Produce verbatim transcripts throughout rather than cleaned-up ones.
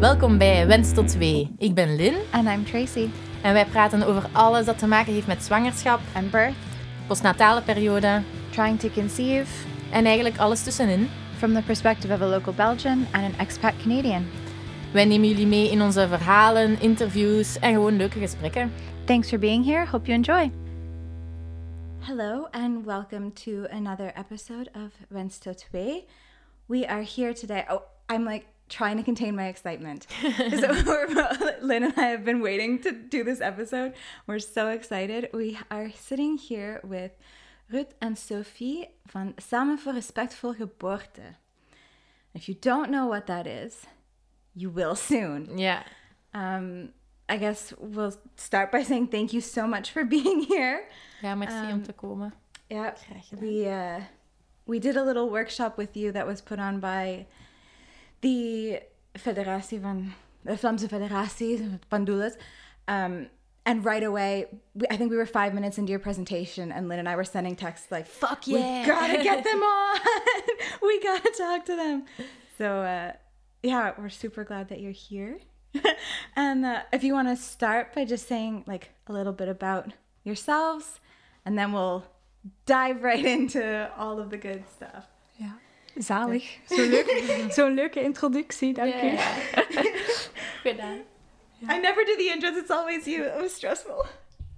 Welkom bij Wens tot twee. Ik ben Lynn. And I'm Tracy. En wij praten over alles dat te maken heeft met zwangerschap, And birth. postnatale periode Trying to conceive. en eigenlijk alles tussenin. From the perspective of a local Belgian and an expat Canadian. Wij nemen jullie mee in onze verhalen, interviews en gewoon leuke gesprekken. Thanks for being here. Hope you enjoy. Hello and welcome to another episode of Wens tot twee. We are here today. Oh, I'm like trying to contain my excitement. So we're, Lynn and I have been waiting to do this episode. We're so excited. We are sitting here with Ruth and Sophie van Samen voor Respectvol Geboorte. If you don't know what that is, you will soon. Ja. Um, I guess we'll start by saying thank you so much for being here. Ja, merci Um, om te komen. Yeah, Graag gedaan. we uh, we did a little workshop with you that was put on by the Federatie van de Vlaamse Federatie van Doulas. Um, and right away, we, I think we were five minutes into your presentation, and Lynn and I were sending texts like, Fuck we yeah. gotta get them on. We gotta talk to them. So uh, yeah, we're super glad that you're here. And uh, if you want to start by just saying like a little bit about yourselves, and then we'll dive right into all of the good stuff. Ja, zalig. Zo'n leuk, zo'n leuke introductie, dank Ja, u. ja. Gedaan. I never do the intros, it's always you. It was stressful.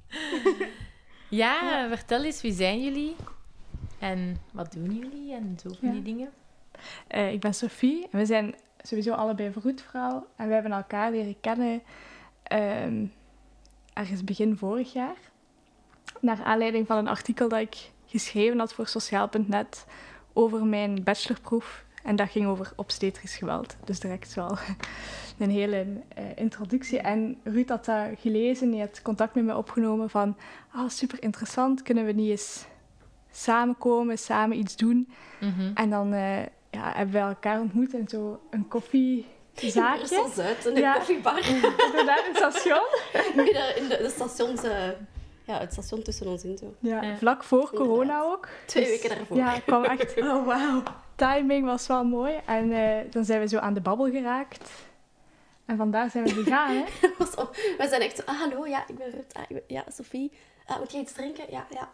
Ja, vertel eens, wie zijn jullie? En wat doen jullie? En zo van Ja. die dingen. Uh, ik ben Sophie en we zijn sowieso allebei vroedvrouw. En we hebben elkaar leren kennen um, ergens begin vorig jaar. Naar aanleiding van een artikel dat ik geschreven had voor sociaal punt net over mijn bachelorproef. En dat ging over obstetrisch geweld. Dus direct wel een hele uh, introductie. En Ruud had dat gelezen, die had contact met mij opgenomen van... Ah, oh, super interessant, kunnen we niet eens samenkomen, samen iets doen? Mhm. En dan uh, ja, hebben we elkaar ontmoet in zo een koffiezaakje. Brussel Zuid, in een Ja. koffiebar. Inderdaad, een station. Midden in de, de stations... Uh, ja, het station tussen ons in. Zo. Ja, Ja. vlak voor corona Inderdaad. ook. Twee Dus, weken daarvoor. Ja, het kwam echt... Oh, wow. Timing was wel mooi. En uh, dan zijn we zo aan de babbel geraakt. En vandaar zijn we gegaan, hè. Zo, we zijn echt zo... Ah, hallo, ja, ik ben Ruud. Ah, ik ben, ja, Sophie. Ah, moet jij iets drinken? Ja, ja.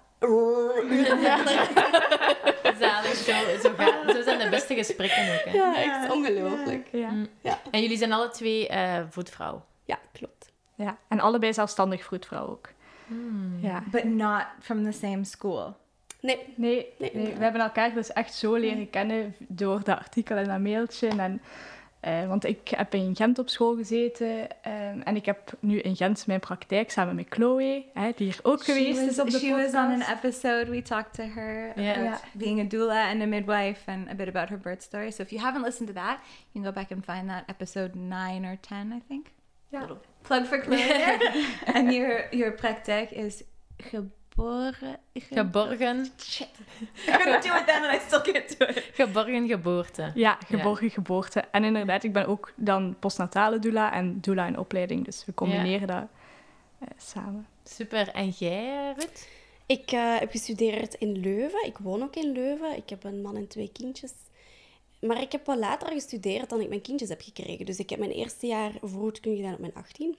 Zalig, zo, zo, gaat, zo zijn de beste gesprekken ook. Hè. Ja, echt ongelooflijk. Ja. Mm. Ja. En jullie zijn alle twee uh, voetvrouw. Ja, klopt. Ja, en allebei zelfstandig vroedvrouw ook. Hmm. Ja. But not from the same school. Nee. Nee, Nee, nee, inderdaad. we hebben elkaar dus echt zo leren kennen door dat artikel en dat mailtje. En, uh, want ik heb in Gent op school gezeten um, en ik heb nu in Gent mijn praktijk samen met Chloe, hè, die hier ook geweest she was, is op de she podcast. was on an episode. We talked to her Yeah. about Yeah. being a doula and a midwife and a bit about her birth story. So if you haven't listened to that, you can go back and find that episode nine or ten, I think. Ja. Plug for Chloe. And your your praktijk is geboren. Geborgen, Shit. I couldn't do it then and I still can't do it. geborgen geboorte. Ja, geborgen geboorte. En inderdaad, ik ben ook dan postnatale doula en doula in opleiding. Dus we combineren dat uh, samen. Super. En jij, Ruud? Ik uh, heb gestudeerd in Leuven. Ik woon ook in Leuven. Ik heb een man en twee kindjes. Maar ik heb wel later gestudeerd dan ik mijn kindjes heb gekregen. Dus ik heb mijn eerste jaar vroedkunde gedaan op mijn achttien.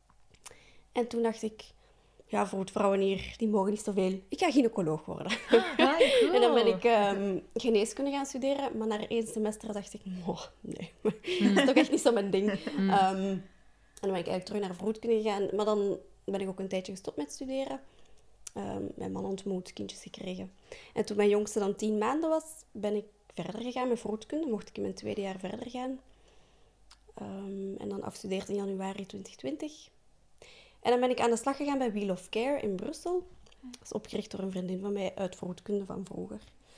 En toen dacht ik... Ja, vroedvrouwen hier, die mogen niet zoveel. Ik ga gynaecoloog worden. Ah, cool. En dan ben ik um, geneeskunde gaan studeren. Maar na één semester dacht ik... Oh, nee, dat is toch echt niet zo mijn ding. Um, en dan ben ik eigenlijk terug naar vroedkunde gegaan. Maar dan ben ik ook een tijdje gestopt met studeren. Um, mijn man ontmoet, kindjes gekregen. En toen mijn jongste dan tien maanden was, ben ik verder gegaan met vroedkunde. Mocht ik in mijn tweede jaar verder gaan. Um, en dan afgestudeerd in januari twintig twintig. En dan ben ik aan de slag gegaan bij Wheel of Care in Brussel. Dat is opgericht door een vriendin van mij uit vroedkunde van vroeger.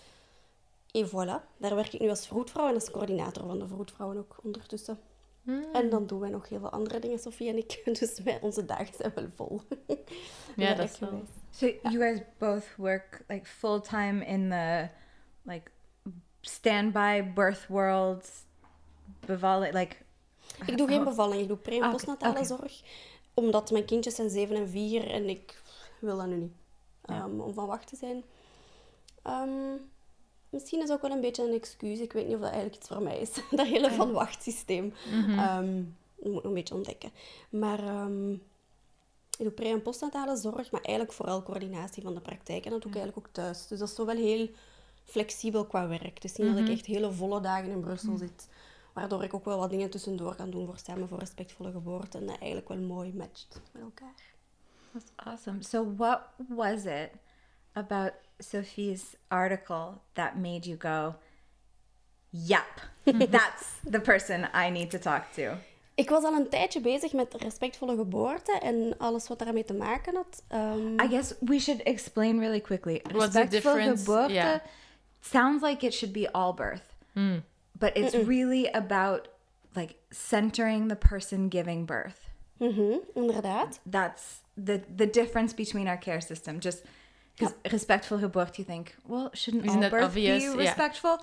En voilà, daar werk ik nu als vroedvrouw en als coördinator van de vroedvrouwen ook ondertussen. Hmm. En dan doen wij nog heel veel andere dingen, Sophie en ik. Dus wij, onze dagen zijn wel vol. Ja, dat is wel... geweest. So you guys both work like full time in the like standby birth world, bevalling like. Ik doe geen bevalling, ik doe pre- en Ah, postnatale oké. zorg. Omdat mijn kindjes zijn zeven en vier en ik wil dat nu niet. Ja. Um, om van wacht te zijn. Um, misschien is ook wel een beetje een excuus. Ik weet niet of dat eigenlijk iets voor mij is. Dat hele van wachtsysteem. Mhm. Um, Dat moet ik nog een beetje ontdekken. Maar um, ik doe pre- en postnatale zorg, maar eigenlijk vooral coördinatie van de praktijk. En dat doe ik eigenlijk ook thuis. Dus dat is zo wel heel flexibel qua werk. Dus niet mm-hmm. dat ik echt hele volle dagen in Brussel mm. zit. Waardoor ik ook wel wat dingen tussendoor kan doen voor Samen voor Respectvolle Geboorte. En dat eigenlijk wel mooi matcht met elkaar. That's awesome. So what was it about Sophie's article that made you go, yep, that's the person I need to talk to? Ik was al een tijdje bezig met respectvolle geboorte en alles wat daarmee te maken had. Um, I guess we should explain really quickly. What's the Respectvolle difference? geboorte Yeah. sounds like it should be all birth. Mm. But it's Mm-mm. really about like centering the person giving birth. Mm-hmm, inderdaad. That's the the difference between our care system. Just because yeah. respectful geboorte, you think, well, shouldn't Isn't all birth obvious? be Yeah. respectful?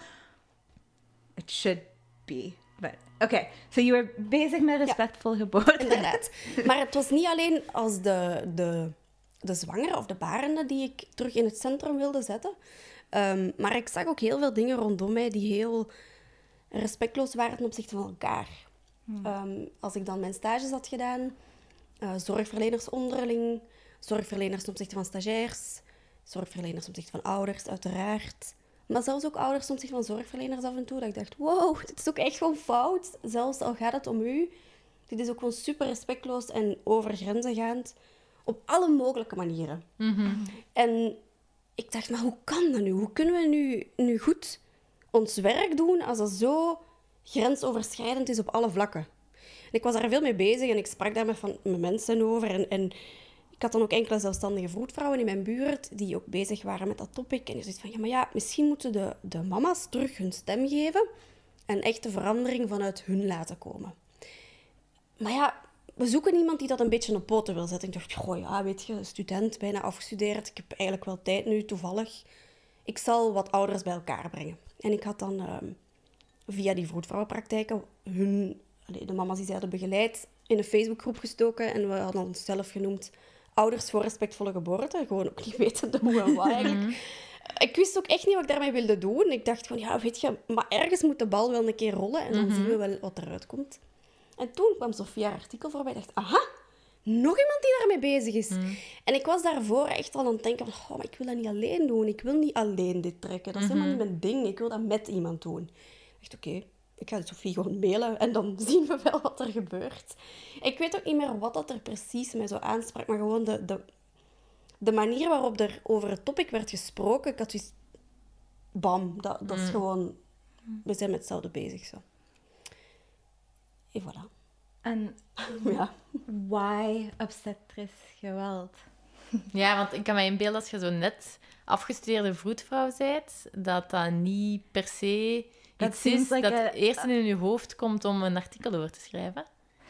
It should be. But okay, so you were bezig met respectful ja. geboorte. Inderdaad. Maar het was niet alleen als de, de, de zwangere of de barende die ik terug in het centrum wilde zetten. Um, maar ik zag ook heel veel dingen rondom mij die heel respectloos waren ten opzichte van elkaar. Hmm. Um, als ik dan mijn stages had gedaan, uh, zorgverleners onderling, zorgverleners ten opzichte van stagiairs, zorgverleners ten opzichte van ouders, uiteraard. Maar zelfs ook ouders ten opzichte van zorgverleners af en toe. Dat ik dacht, wow, dit is ook echt gewoon fout. Zelfs al gaat het om u. Dit is ook gewoon super respectloos en over grenzen gaand. Op alle mogelijke manieren. Mm-hmm. En ik dacht, maar hoe kan dat nu? Hoe kunnen we nu, nu goed ons werk doen als dat zo grensoverschrijdend is op alle vlakken? En ik was daar veel mee bezig en ik sprak daar met, van, met mensen over. En, en ik had dan ook enkele zelfstandige vroedvrouwen in mijn buurt die ook bezig waren met dat topic. En je zoiets van, ja, maar ja, misschien moeten de, de mama's terug hun stem geven en echt de verandering vanuit hun laten komen. Maar ja, we zoeken iemand die dat een beetje op poten wil zetten. Ik dacht, goh ja, weet je, student, bijna afgestudeerd. Ik heb eigenlijk wel tijd nu, toevallig. Ik zal wat ouders bij elkaar brengen. En ik had dan uh, via die vroedvrouwenpraktijken hun, allee, de mama's die zij hadden begeleid, in een Facebookgroep gestoken. En we hadden ons zelf genoemd Ouders voor Respectvolle Geboorte. Gewoon ook niet weten hoe en wat eigenlijk. Ik wist ook echt niet wat ik daarmee wilde doen. Ik dacht gewoon, ja, weet je, maar ergens moet de bal wel een keer rollen. En dan mm-hmm. zien we wel wat eruit komt. En toen kwam Sophia haar artikel voorbij. Ik dacht, aha, nog iemand die daarmee bezig is. Mm. En ik was daarvoor echt al aan het denken van, oh, maar ik wil dat niet alleen doen. Ik wil niet alleen dit trekken. Dat is mm-hmm. helemaal niet mijn ding. Ik wil dat met iemand doen. Ik dacht, oké, okay, ik ga Sophie gewoon mailen en dan zien we wel wat er gebeurt. Ik weet ook niet meer wat dat er precies mij zo aansprak, maar gewoon de, de, de manier waarop er over het topic werd gesproken. Ik had dus, bam, dat, dat is mm. gewoon, we zijn met hetzelfde bezig zo. En voilà. En ja. why obstetrisch geweld? Ja, want ik kan mij inbeelden als je zo net afgestudeerde vroedvrouw bent, dat dat niet per se dat iets is like dat a, het eerst in je hoofd komt om een artikel over te schrijven.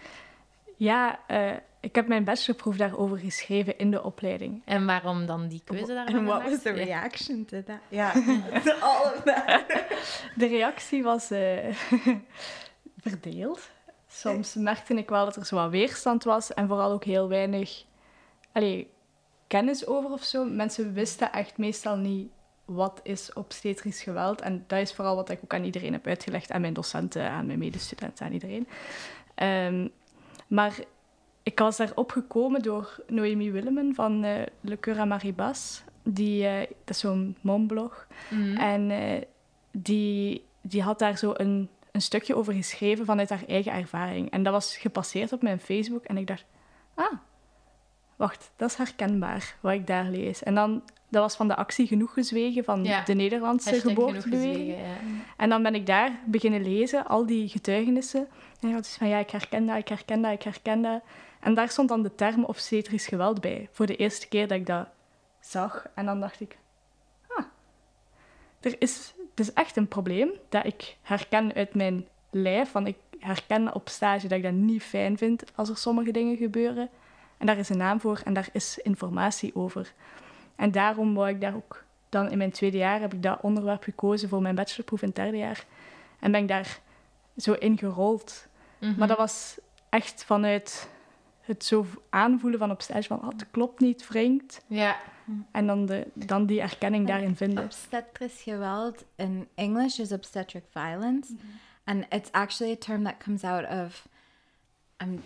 Ja, uh, ik heb mijn bachelorproef daarover geschreven in de opleiding. En waarom dan die keuze daarvan? En what was the reaction to that? Ja, yeah. all of that. De reactie was uh, verdeeld. Soms merkte ik wel dat er zo wat weerstand was en vooral ook heel weinig allee, kennis over of zo. Mensen wisten echt meestal niet wat is obstetrisch geweld. En dat is vooral wat ik ook aan iedereen heb uitgelegd, aan mijn docenten, aan mijn medestudenten, aan iedereen. Um, maar ik was daarop gekomen door Noémie Willemen van uh, Le Cœur à Maribas. Die, uh, dat is zo'n momblog. Mm. En uh, die, die had daar zo een, een stukje over geschreven vanuit haar eigen ervaring. En dat was gepasseerd op mijn Facebook. En ik dacht, ah, wacht, dat is herkenbaar, wat ik daar lees. En dan, dat was van de actie Genoeg Gezwegen van ja. de Nederlandse geboortebeweging. Ja. En dan ben ik daar beginnen lezen, al die getuigenissen. En ik had dus van, ja, ik herken dat, ik herken dat, ik herken dat. En daar stond dan de term obstetrisch geweld bij. Voor de eerste keer dat ik dat zag. En dan dacht ik, ah, er is, het is echt een probleem dat ik herken uit mijn lijf. Want ik herken op stage dat ik dat niet fijn vind als er sommige dingen gebeuren. En daar is een naam voor en daar is informatie over. En daarom wou ik daar ook... Dan in mijn tweede jaar heb ik dat onderwerp gekozen voor mijn bachelorproef in het derde jaar. En ben ik daar zo in gerold. Mm-hmm. Maar dat was echt vanuit het zo aanvoelen van op stage van, oh, het klopt niet, wringt. Ja. En dan, de, dan die erkenning daarin vinden. Obstetrisch geweld in English is obstetric violence. Mm-hmm. And it's actually a term that comes out of um,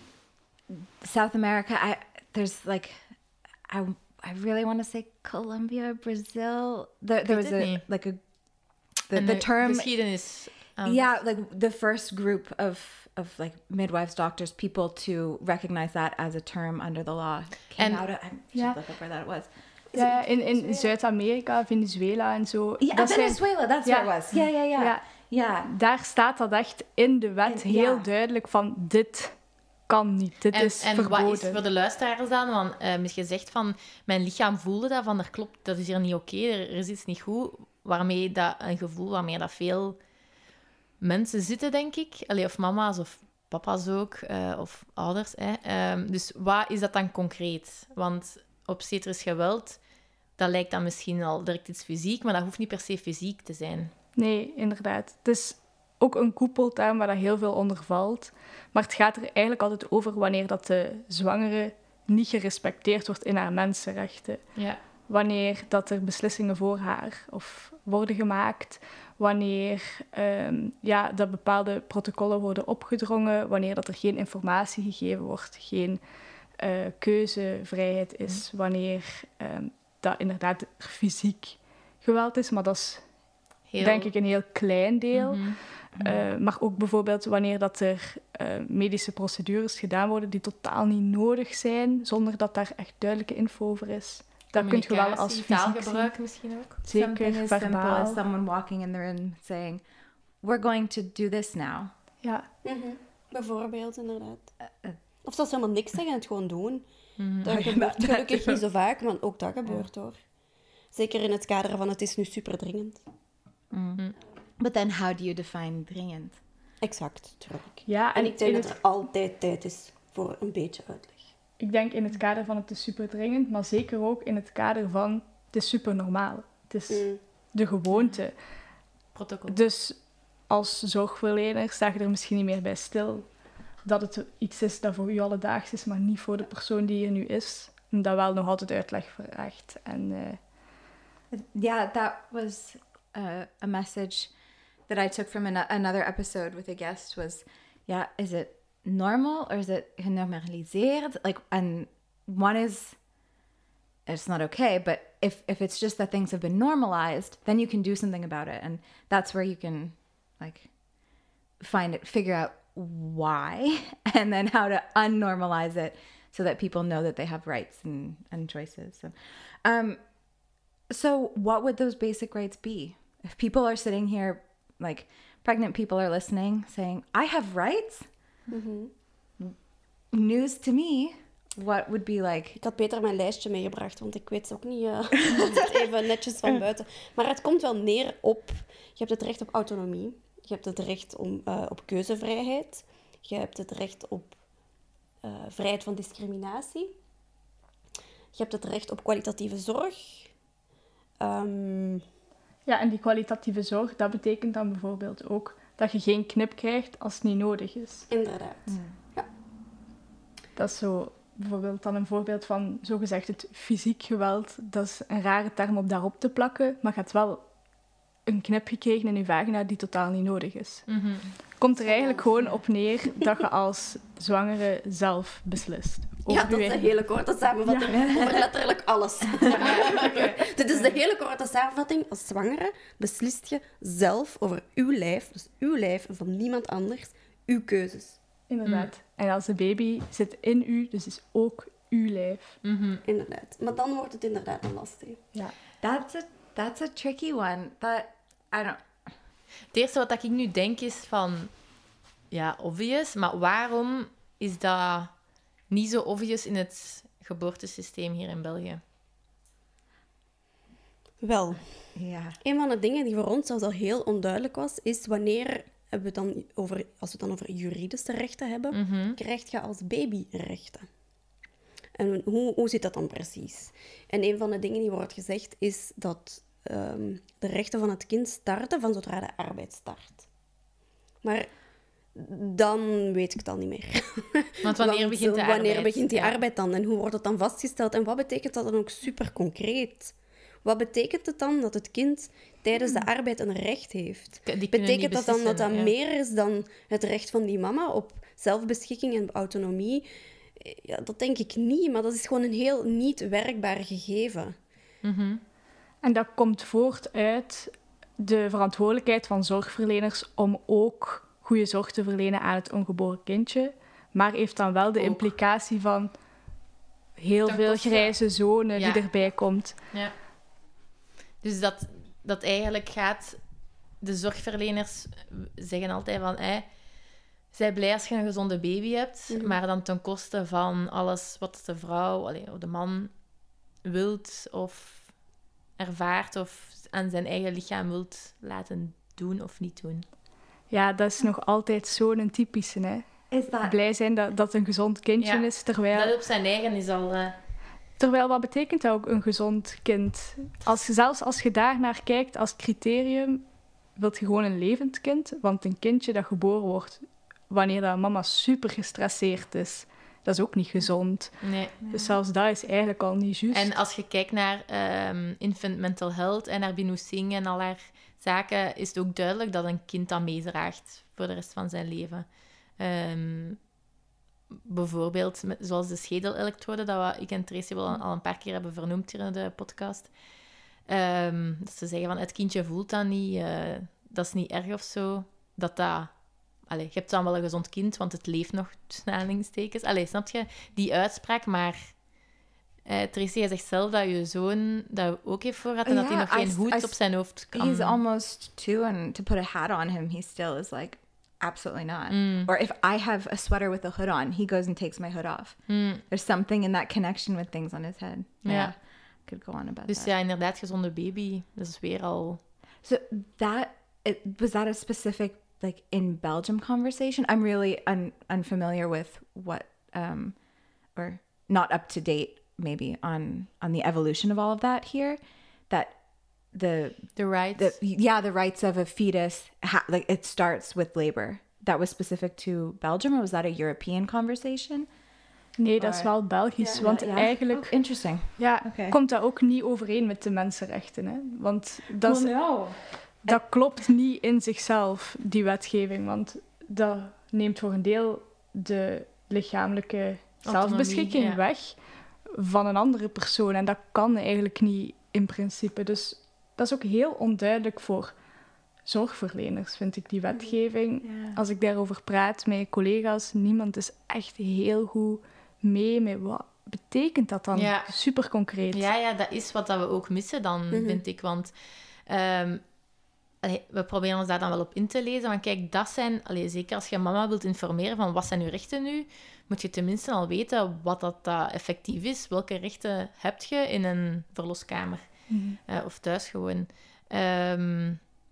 South America, I there's like, I, I really want to say Colombia, Brazil. There, there was a, like a, the, the term... geschiedenis. Um, yeah, like the first group of, of like midwives, doctors, people to recognize that as a term under the law came and, out of... I should yeah. look up where that was. Ja, in, in Zuid-Amerika, Venezuela en zo. Ja, dat Venezuela, zijn, that's ja, where it was. Ja, ja, ja. ja. Ja. Daar staat dat echt in de wet En, heel ja. duidelijk van dit kan niet, dit en, is en verboden. wat is voor de luisteraars dan? Want uh, je zegt van, mijn lichaam voelde dat, van er klopt, dat is hier niet oké, okay, er, er is iets niet goed. Waarmee dat, een gevoel waarmee dat veel mensen zitten, denk ik. Allee, of mama's of papa's ook, uh, of ouders. Hè. Um, dus wat is dat dan concreet? Want obstetrisch geweld, dat lijkt dan misschien al direct iets fysiek, maar dat hoeft niet per se fysiek te zijn. Nee, inderdaad. Het is ook een koepelterm waar dat heel veel onder valt. Maar het gaat er eigenlijk altijd over wanneer dat de zwangere niet gerespecteerd wordt in haar mensenrechten. Ja. Wanneer dat er beslissingen voor haar of worden gemaakt. Wanneer um, ja, dat bepaalde protocollen worden opgedrongen. Wanneer dat er geen informatie gegeven wordt. Geen uh, keuzevrijheid is. Wanneer um, dat inderdaad fysiek geweld is. Maar dat is heel... denk ik een heel klein deel. Mm-hmm. Uh, maar ook bijvoorbeeld wanneer dat er uh, medische procedures gedaan worden die totaal niet nodig zijn, zonder dat daar echt duidelijke info over is. Dat kun je wel als fysiek taalgebruik zien. misschien ook. Zeker, Something as simple verbaal. as someone walking in the room saying, we're going to do this now. Ja. Mm-hmm. Bijvoorbeeld, inderdaad. Uh, uh, of zelfs helemaal niks zeggen en het gewoon doen. Mm-hmm. Dat gebeurt gelukkig niet zo vaak, maar ook dat gebeurt hoor. Zeker in het kader van het is nu super dringend. Mm. But then how do you define dringend? Exact, terug. Ja, en, en ik denk het... dat er altijd tijd is voor een beetje uitleg. Ik denk in het kader van het is super dringend, maar zeker ook in het kader van het is super normaal. Het is mm. de gewoonte. Protocol. Dus als zorgverlener sta je er misschien niet meer bij stil dat het iets is dat voor u alledaags is, maar niet voor de persoon die hier nu is. En dat wel nog altijd uitleg vraagt. En... Uh... Yeah, that was uh, a message that I took from an- another episode with a guest was, yeah, is it normal or is it genormaliseerd? Like, and one is, it's not okay, but if, if it's just that things have been normalized, then you can do something about it. And that's where you can, like, find it, figure out why, and then how to unnormalize it so that people know that they have rights and, and choices. So, um, So what would those basic rights be? If people are sitting here, like pregnant people are listening, saying, I have rights? Mm-hmm. News to me. What would be like... Ik had beter mijn lijstje meegebracht, want ik weet ook niet uh, altijd even netjes van buiten. Maar het komt wel neer op... Je hebt het recht op autonomie. Je hebt het recht om, uh, op keuzevrijheid. Je hebt het recht op uh, vrijheid van discriminatie. Je hebt het recht op kwalitatieve zorg. Um... Ja, en die kwalitatieve zorg, dat betekent dan bijvoorbeeld ook dat je geen knip krijgt als het niet nodig is. Inderdaad. Mm. Ja. Dat is zo bijvoorbeeld dan een voorbeeld van zogezegd het fysiek geweld. Dat is een rare term om daarop te plakken, maar je hebt wel een knip gekregen in je vagina die totaal niet nodig is. Mm-hmm. Komt er eigenlijk gewoon op neer dat je als zwangere zelf beslist. Ja, dat is een hele korte samenvatting ja. over letterlijk alles. Okay. Dit is de hele korte samenvatting. Als zwangere beslist je zelf over uw lijf, dus uw lijf en van niemand anders, uw keuzes. Inderdaad. Mm. En als de baby zit in u, dus is ook uw lijf. Mm-hmm. Inderdaad. Maar dan wordt het inderdaad een lastig. Ja. That's a, that's a tricky one. That, I don't... Het eerste wat ik nu denk is van... Ja, obvious. Maar waarom is dat niet zo obvious in het geboortesysteem hier in België? Wel, ja. Een van de dingen die voor ons zelfs al heel onduidelijk was, is wanneer we het dan over, als we het dan over juridische rechten hebben, mm-hmm. krijg je als baby rechten. En hoe, hoe zit dat dan precies? En een van de dingen die wordt gezegd is dat um, de rechten van het kind starten van zodra de arbeid start. Maar dan weet ik het al niet meer. Want wanneer Want, begint de wanneer arbeid? begint die ja. arbeid dan? En hoe wordt dat dan vastgesteld? En wat betekent dat dan ook super concreet? Wat betekent het dan dat het kind tijdens de arbeid een recht heeft? Die betekent dat dan dat dat ja. meer is dan het recht van die mama op zelfbeschikking en autonomie. Ja, dat denk ik niet, maar dat is gewoon een heel niet werkbaar gegeven. Mm-hmm. En dat komt voort uit de verantwoordelijkheid van zorgverleners om ook goede zorg te verlenen aan het ongeboren kindje. Maar heeft dan wel de Ook. implicatie van heel Ten veel koste. grijze zone Ja. die erbij komt. Ja. Dus dat, dat eigenlijk gaat... De zorgverleners zeggen altijd van... Hey, zij blij als je een gezonde baby hebt, Mhm. maar dan ten koste van alles wat de vrouw, allee, of de man, wilt of ervaart of aan zijn eigen lichaam wilt laten doen of niet doen. Ja, dat is nog altijd zo'n typische, hè. Is that Blij zijn dat, dat een gezond kindje Ja. is, terwijl... Dat op zijn eigen is al... eh, Terwijl, wat betekent dat ook, een gezond kind? Als je, zelfs als je daar naar kijkt als criterium, wil je gewoon een levend kind. Want een kindje dat geboren wordt wanneer dat mama super gestresseerd is, dat is ook niet gezond. nee. Dus zelfs dat is eigenlijk al niet juist. En als je kijkt naar ehm, infant mental health en naar Binu Singh en al haar zaken, is het ook duidelijk dat een kind dat meedraagt voor de rest van zijn leven. Ehm, bijvoorbeeld, met, zoals de schedelelektrode, dat we, ik en Tracy wel al een paar keer hebben vernoemd hier in de podcast. Ehm, dat ze zeggen van, het kindje voelt dat niet, eh, dat is niet erg of zo. Dat dat... Allee, je hebt dan wel een gezond kind, want het leeft nog, tussen aanhalingstekens. Allee, snap je? Die uitspraak, maar... Eh, Tracy, jij zegt zelf dat je zoon dat ook heeft voor gehad en dat hij Ja, nog geen I- hoed I- op zijn hoofd kan. he's almost two, and to put a hat on him, he still is like, absolutely not. Mm. Or if I have a sweater with a hood on, he goes and takes my hood off. Mm. There's something in that connection with things on his head. Ja. Yeah, could go on about Dus that. ja, inderdaad, gezonde baby. Dat is weer al... So that it, was that a specific like in Belgium conversation? I'm really un, unfamiliar with what um or not up to date maybe on on the evolution of all of that here. That the The rights. the yeah the rights of a fetus ha, like it starts with labor. That was specific to Belgium, or was that a European conversation? Nee, dat is wel Belgisch. Want Yeah. eigenlijk Oh, interesting. ja, Oké. komt dat ook niet overeen met de mensenrechten. Hè? Want dat, is- no. dat klopt niet in zichzelf, die wetgeving. Want dat neemt voor een deel de lichamelijke zelfbeschikking ja. weg van een andere persoon. En dat kan eigenlijk niet in principe. Dus dat is ook heel onduidelijk voor zorgverleners, vind ik, die wetgeving. Yeah. Als ik daarover praat met collega's, niemand is echt heel goed mee met wat betekent dat dan Ja. super concreet. Ja, ja, dat is wat dat we ook missen dan, Mhm. vind ik. Want ehm, allee, we proberen ons daar dan wel op in te lezen. Maar kijk, dat zijn... Allee, zeker als je mama wilt informeren van wat zijn uw rechten nu, moet je tenminste al weten wat dat, dat effectief is. Welke rechten heb je in een verloskamer? Mhm. Eh, of thuis gewoon. Ehm,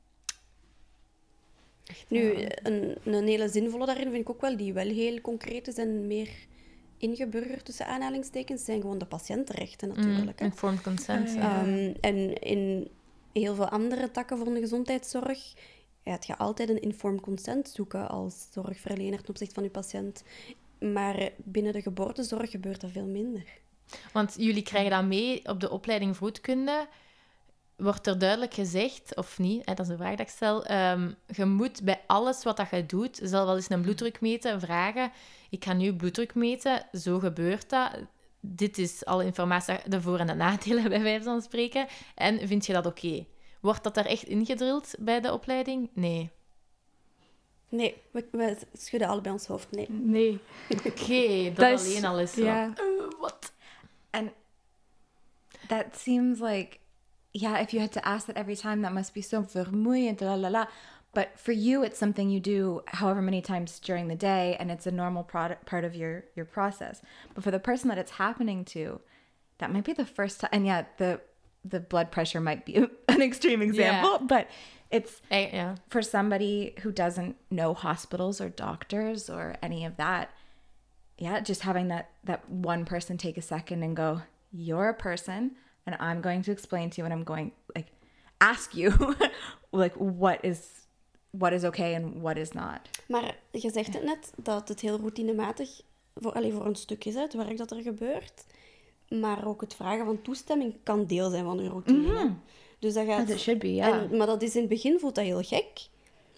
Nu, een, een hele zinvolle daarin vind ik ook wel, die wel heel concreet is en meer ingeburgerd tussen aanhalingstekens, zijn gewoon de patiëntenrechten natuurlijk. hè. informed consent. Ah, ja. ja. Ehm, en in heel veel andere takken van de gezondheidszorg gaat je altijd een informed consent zoeken als zorgverlener ten opzichte van je patiënt. Maar binnen de geboortezorg gebeurt dat veel minder. Want jullie krijgen dat mee op de opleiding vroedkunde. Wordt er duidelijk gezegd, of niet, hè, dat is een vraag dat ik stel, ehm, je moet bij alles wat dat je doet, zelf wel eens een bloeddruk meten, vragen, ik ga nu bloeddruk meten, zo gebeurt dat, dit is alle informatie, de voor- en de nadelen bij wijze van spreken, en vind je dat oké? Wordt dat er echt ingedrild bij de opleiding? Nee. Nee, we, we schudden allebei ons hoofd. Nee. Nee. Oké, dat, Dat is- alleen al is zo. Ja. Eh, wat? And that seems like, yeah, if you had to ask that every time, that must be so vermoeiend, la la la. But for you, it's something you do however many times during the day, and it's a normal product, part of your, your process. But for the person that it's happening to, that might be the first time. And yeah, the the blood pressure might be an extreme example, but it's Eh, ja. for somebody who doesn't know hospitals or doctors or any of that. Yeah, just having that that one person take a second and go, you're a person, and I'm going to explain to you, and I'm going like ask you like what is what is okay and what is not. Maar je zegt het net, dat het heel routinematig voor, allee, voor een stuk is, hè, het werk dat er gebeurt. Maar ook het vragen van toestemming kan deel zijn van je routine. Mhm. Dus dat gaat... As it should be, yeah. En, maar dat is in het begin voelt dat heel gek.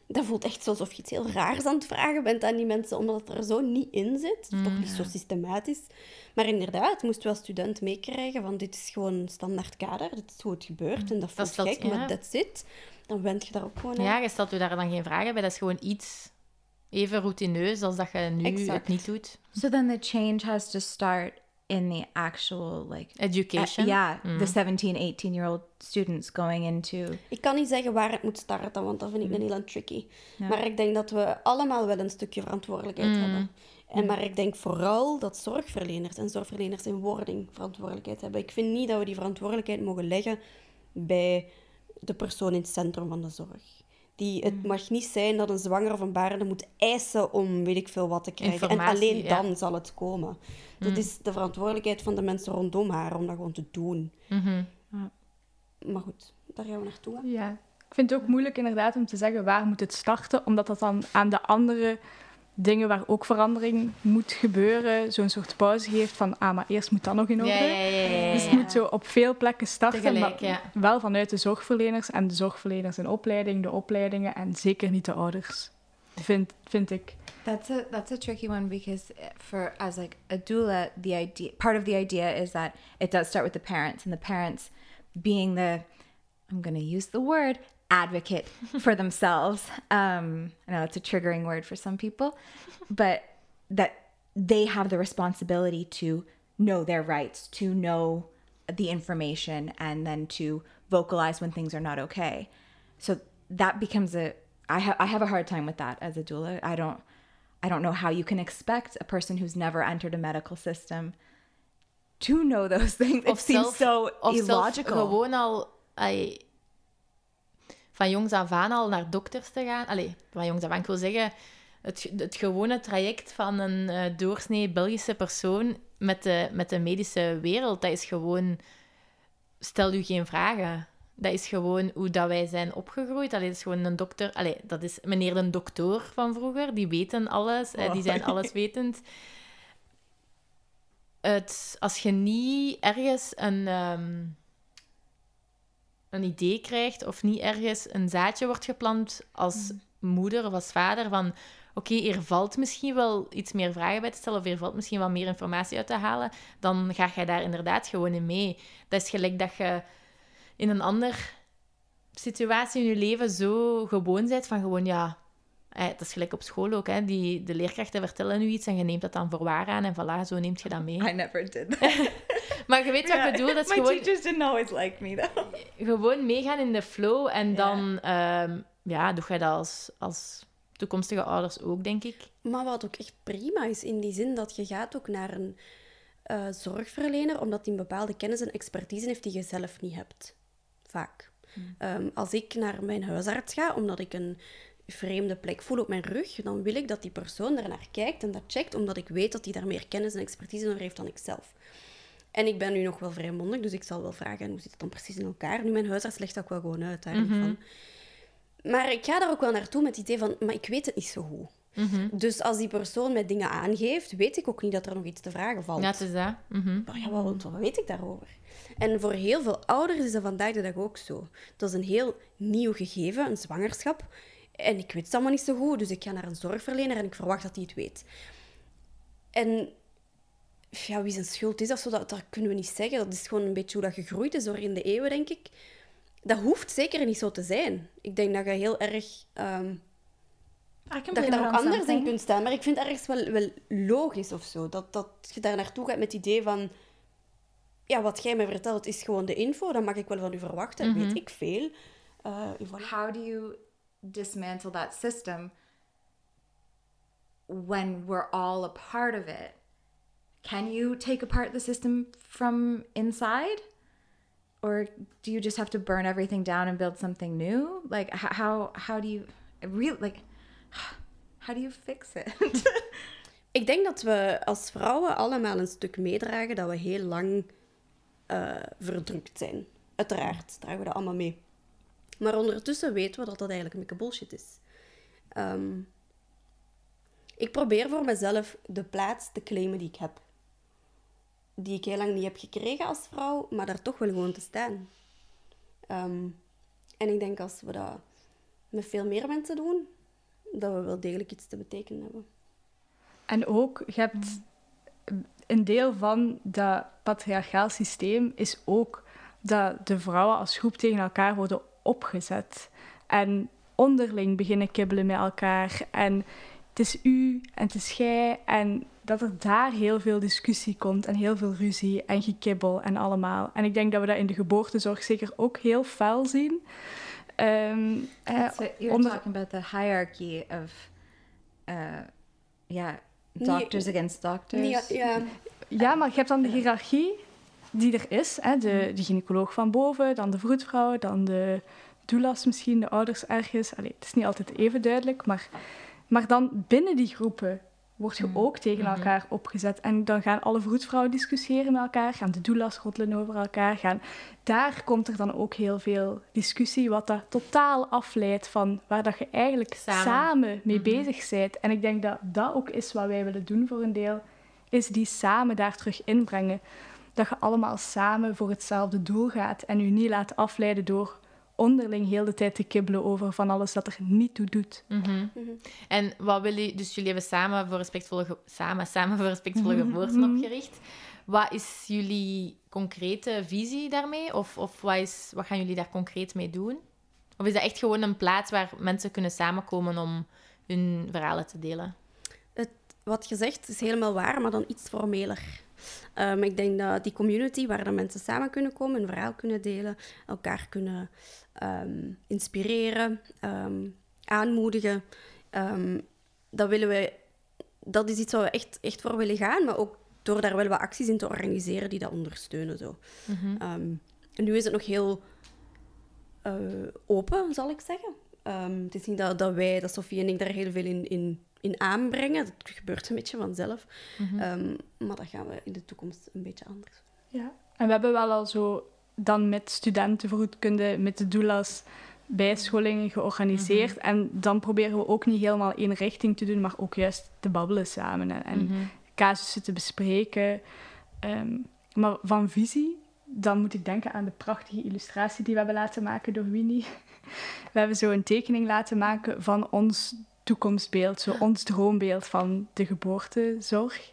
dat voelt echt alsof je iets heel raars aan het vragen bent aan die mensen, omdat het er zo niet in zit. Of toch niet zo systematisch. Maar inderdaad, moest wel student meekrijgen van dit is gewoon een standaard kader, dit is hoe het gebeurt en dat voelt dat, gek, ja. maar that's it. Dan wend je daar ook gewoon aan. Ja, je stelt je daar dan geen vragen bij. Dat is gewoon iets even routineus als dat je nu Exact. het niet doet. So then the change has to start in the actual, like... Education. Uh, yeah, the seventeen, eighteen-year-old students going into... Ik kan niet zeggen waar het moet starten, want dat vind ik een heel tricky. Ja. Maar ik denk dat we allemaal wel een stukje verantwoordelijkheid mm. hebben. En maar ik denk vooral dat zorgverleners en zorgverleners in wording verantwoordelijkheid hebben. Ik vind niet dat we die verantwoordelijkheid mogen leggen bij de persoon in het centrum van de zorg. Die, het mag niet zijn dat een zwanger of een baarde moet eisen om weet ik veel wat te krijgen. En alleen ja. dan zal het komen. Dat mm. is de verantwoordelijkheid van de mensen rondom haar om dat gewoon te doen. Mm-hmm. Ja. Maar goed, daar gaan we naartoe. Hè? Ja, ik vind het ook moeilijk inderdaad om te zeggen waar moet het starten, omdat dat dan aan de andere dingen waar ook verandering moet gebeuren, zo'n soort pauze geeft van, ah, maar eerst moet dat nog in orde. Ja, ja, ja, ja, ja. Dus het moet zo op veel plekken starten, Tegelijk, maar ja. wel vanuit de zorgverleners en de zorgverleners in opleiding, de opleidingen en zeker niet de ouders, vind, vind ik. That's a that's a tricky one because for as like a doula, the idea part of the idea is that it does start with the parents and the parents being the, I'm going to use the word, advocate for themselves. Um, I know it's a triggering word for some people, but that they have the responsibility to know their rights, to know the information, and then to vocalize when things are not okay. So that becomes a, I have I have a hard time with that as a doula. I don't, I don't know how you can expect a person who's never entered a medical system to know those things. It of seems zelf, so of illogical. Zelf gewoon al ay, van jongs af aan al naar dokters te gaan. Allee, van jongs af aan, ik wil zeggen, het, het gewone traject van een uh, doorsnee Belgische persoon met de, met de medische wereld, dat is gewoon, stel u geen vragen. Dat is gewoon hoe dat wij zijn opgegroeid. Allee, dat is gewoon een dokter... Allee, dat is meneer de dokter van vroeger. Die weten alles. Oh. Die zijn alleswetend. Het, als je niet ergens een, um, een idee krijgt of niet ergens een zaadje wordt geplant als mm. moeder of als vader van... Oké, okay, hier valt misschien wel iets meer vragen bij te stellen of hier valt misschien wel meer informatie uit te halen, dan ga je daar inderdaad gewoon in mee. Dat is gelijk dat je in een andere situatie in je leven zo gewoon bent van gewoon, ja... Eh, dat is gelijk op school ook, hè. Die, de leerkrachten vertellen nu iets en je neemt dat dan voor waar aan en voilà, zo neemt je dat mee. I never did that. Maar je weet wat ik bedoel, dat is My gewoon... teachers didn't always like me, though. Gewoon meegaan in de flow en dan yeah. um, ja, doe je dat als, als toekomstige ouders ook, denk ik. Maar wat ook echt prima is, in die zin dat je gaat ook naar een uh, zorgverlener, omdat die een bepaalde kennis en expertise heeft die je zelf niet hebt. Vaak. Hmm. Um, als ik naar mijn huisarts ga, omdat ik een vreemde plek voel op mijn rug, dan wil ik dat die persoon daarnaar kijkt en dat checkt, omdat ik weet dat die daar meer kennis en expertise over heeft dan ik zelf. En ik ben nu nog wel vrij mondig, dus ik zal wel vragen, hoe zit het dan precies in elkaar? Nu, mijn huisarts legt dat ook wel gewoon uit, daar mm-hmm. van. Maar ik ga daar ook wel naartoe met het idee van, maar ik weet het niet zo goed. Mm-hmm. Dus als die persoon mij dingen aangeeft, weet ik ook niet dat er nog iets te vragen valt. Ja, het is dat. Mm-hmm. Maar ja, wat, wat weet ik daarover? En voor heel veel ouders is dat vandaag de dag ook zo. Dat is een heel nieuw gegeven, een zwangerschap. En ik weet het allemaal niet zo goed, dus ik ga naar een zorgverlener en ik verwacht dat hij het weet. En ja, wie zijn schuld is of zo, dat, dat kunnen we niet zeggen. Dat is gewoon een beetje hoe dat gegroeid is door in de eeuwen, denk ik. Dat hoeft zeker niet zo te zijn. Ik denk dat je heel erg... Um, dat je daar ook anders in kunt staan. Maar ik vind het ergens wel, wel logisch of zo. Dat, dat je daar naartoe gaat met het idee van... Ja, wat jij mij vertelt is gewoon de info. Dat mag ik wel van u verwachten. Mm-hmm. Weet ik veel. Uh, How do you dismantle that system when we're all a part of it? Can you take apart the system from inside? Or do you just have to burn everything down and build something new? Like, how how do you... Really, like, how do you fix it? Ik denk dat we als vrouwen allemaal een stuk meedragen dat we heel lang uh, verdrukt zijn. Uiteraard dragen we dat allemaal mee. Maar ondertussen weten we dat dat eigenlijk een beetje bullshit is. Um, ik probeer voor mezelf de plaats te claimen die ik heb. Die ik heel lang niet heb gekregen als vrouw, maar daar toch wel gewoon te staan. Um, en ik denk als we dat met veel meer mensen doen, dat we wel degelijk iets te betekenen hebben. En ook, je hebt een deel van dat patriarchaal systeem is ook dat de vrouwen als groep tegen elkaar worden opgezet. En onderling beginnen kibbelen met elkaar. En het is u en het is gij. En dat er daar heel veel discussie komt en heel veel ruzie en gekibbel en allemaal. En ik denk dat we dat in de geboortezorg zeker ook heel fel zien. Um, That's what you're onder... talking about, the hierarchy of, uh, yeah, doctors Nee, against doctors. nee, ja, ja. Ja, maar je hebt dan de hiërarchie die er is. Hè? De, de gynaecoloog van boven, dan de vroedvrouw, dan de doulas misschien, de ouders ergens. Allee, het is niet altijd even duidelijk, maar, maar dan binnen die groepen word je ook tegen elkaar opgezet. En dan gaan alle vroedvrouwen discussiëren met elkaar, gaan de doulas roddelen over elkaar. Gaan. Daar komt er dan ook heel veel discussie, wat dat totaal afleidt van waar dat je eigenlijk samen, samen mee mm-hmm. bezig bent. En ik denk dat dat ook is wat wij willen doen voor een deel, is die samen daar terug inbrengen. Dat je allemaal samen voor hetzelfde doel gaat en je niet laat afleiden door onderling heel de tijd te kibbelen over van alles dat er niet toe doet. Mm-hmm. Mm-hmm. En wat wil je, dus jullie hebben samen voor respectvolle, ge- samen, samen voor respectvolle mm-hmm. geboorten opgericht. Wat is jullie concrete visie daarmee? Of, of wat, is, wat gaan jullie daar concreet mee doen? Of is dat echt gewoon een plaats waar mensen kunnen samenkomen om hun verhalen te delen? Het, wat je zegt is helemaal waar, maar dan iets formeler. Um, ik denk dat die community waar dan mensen samen kunnen komen, een verhaal kunnen delen, elkaar kunnen um, inspireren, um, aanmoedigen. Um, dat, willen we, dat is iets waar we echt, echt voor willen gaan, maar ook door daar wel wat acties in te organiseren die dat ondersteunen. Zo. Mm-hmm. Um, en nu is het nog heel uh, open, zal ik zeggen. Um, het is niet dat, dat wij, dat Sophie en ik daar heel veel in... in in aanbrengen. Dat gebeurt een beetje vanzelf. Mm-hmm. Um, maar dat gaan we in de toekomst een beetje anders. Ja, en we hebben wel al zo dan met studentenvergoedkunde, met de doulas, bijscholingen georganiseerd. Mm-hmm. En dan proberen we ook niet helemaal één richting te doen, maar ook juist te babbelen samen en, en mm-hmm. casussen te bespreken. Um, maar van visie, dan moet ik denken aan de prachtige illustratie die we hebben laten maken door Winnie. We hebben zo een tekening laten maken van ons toekomstbeeld, zo ons droombeeld van de geboortezorg.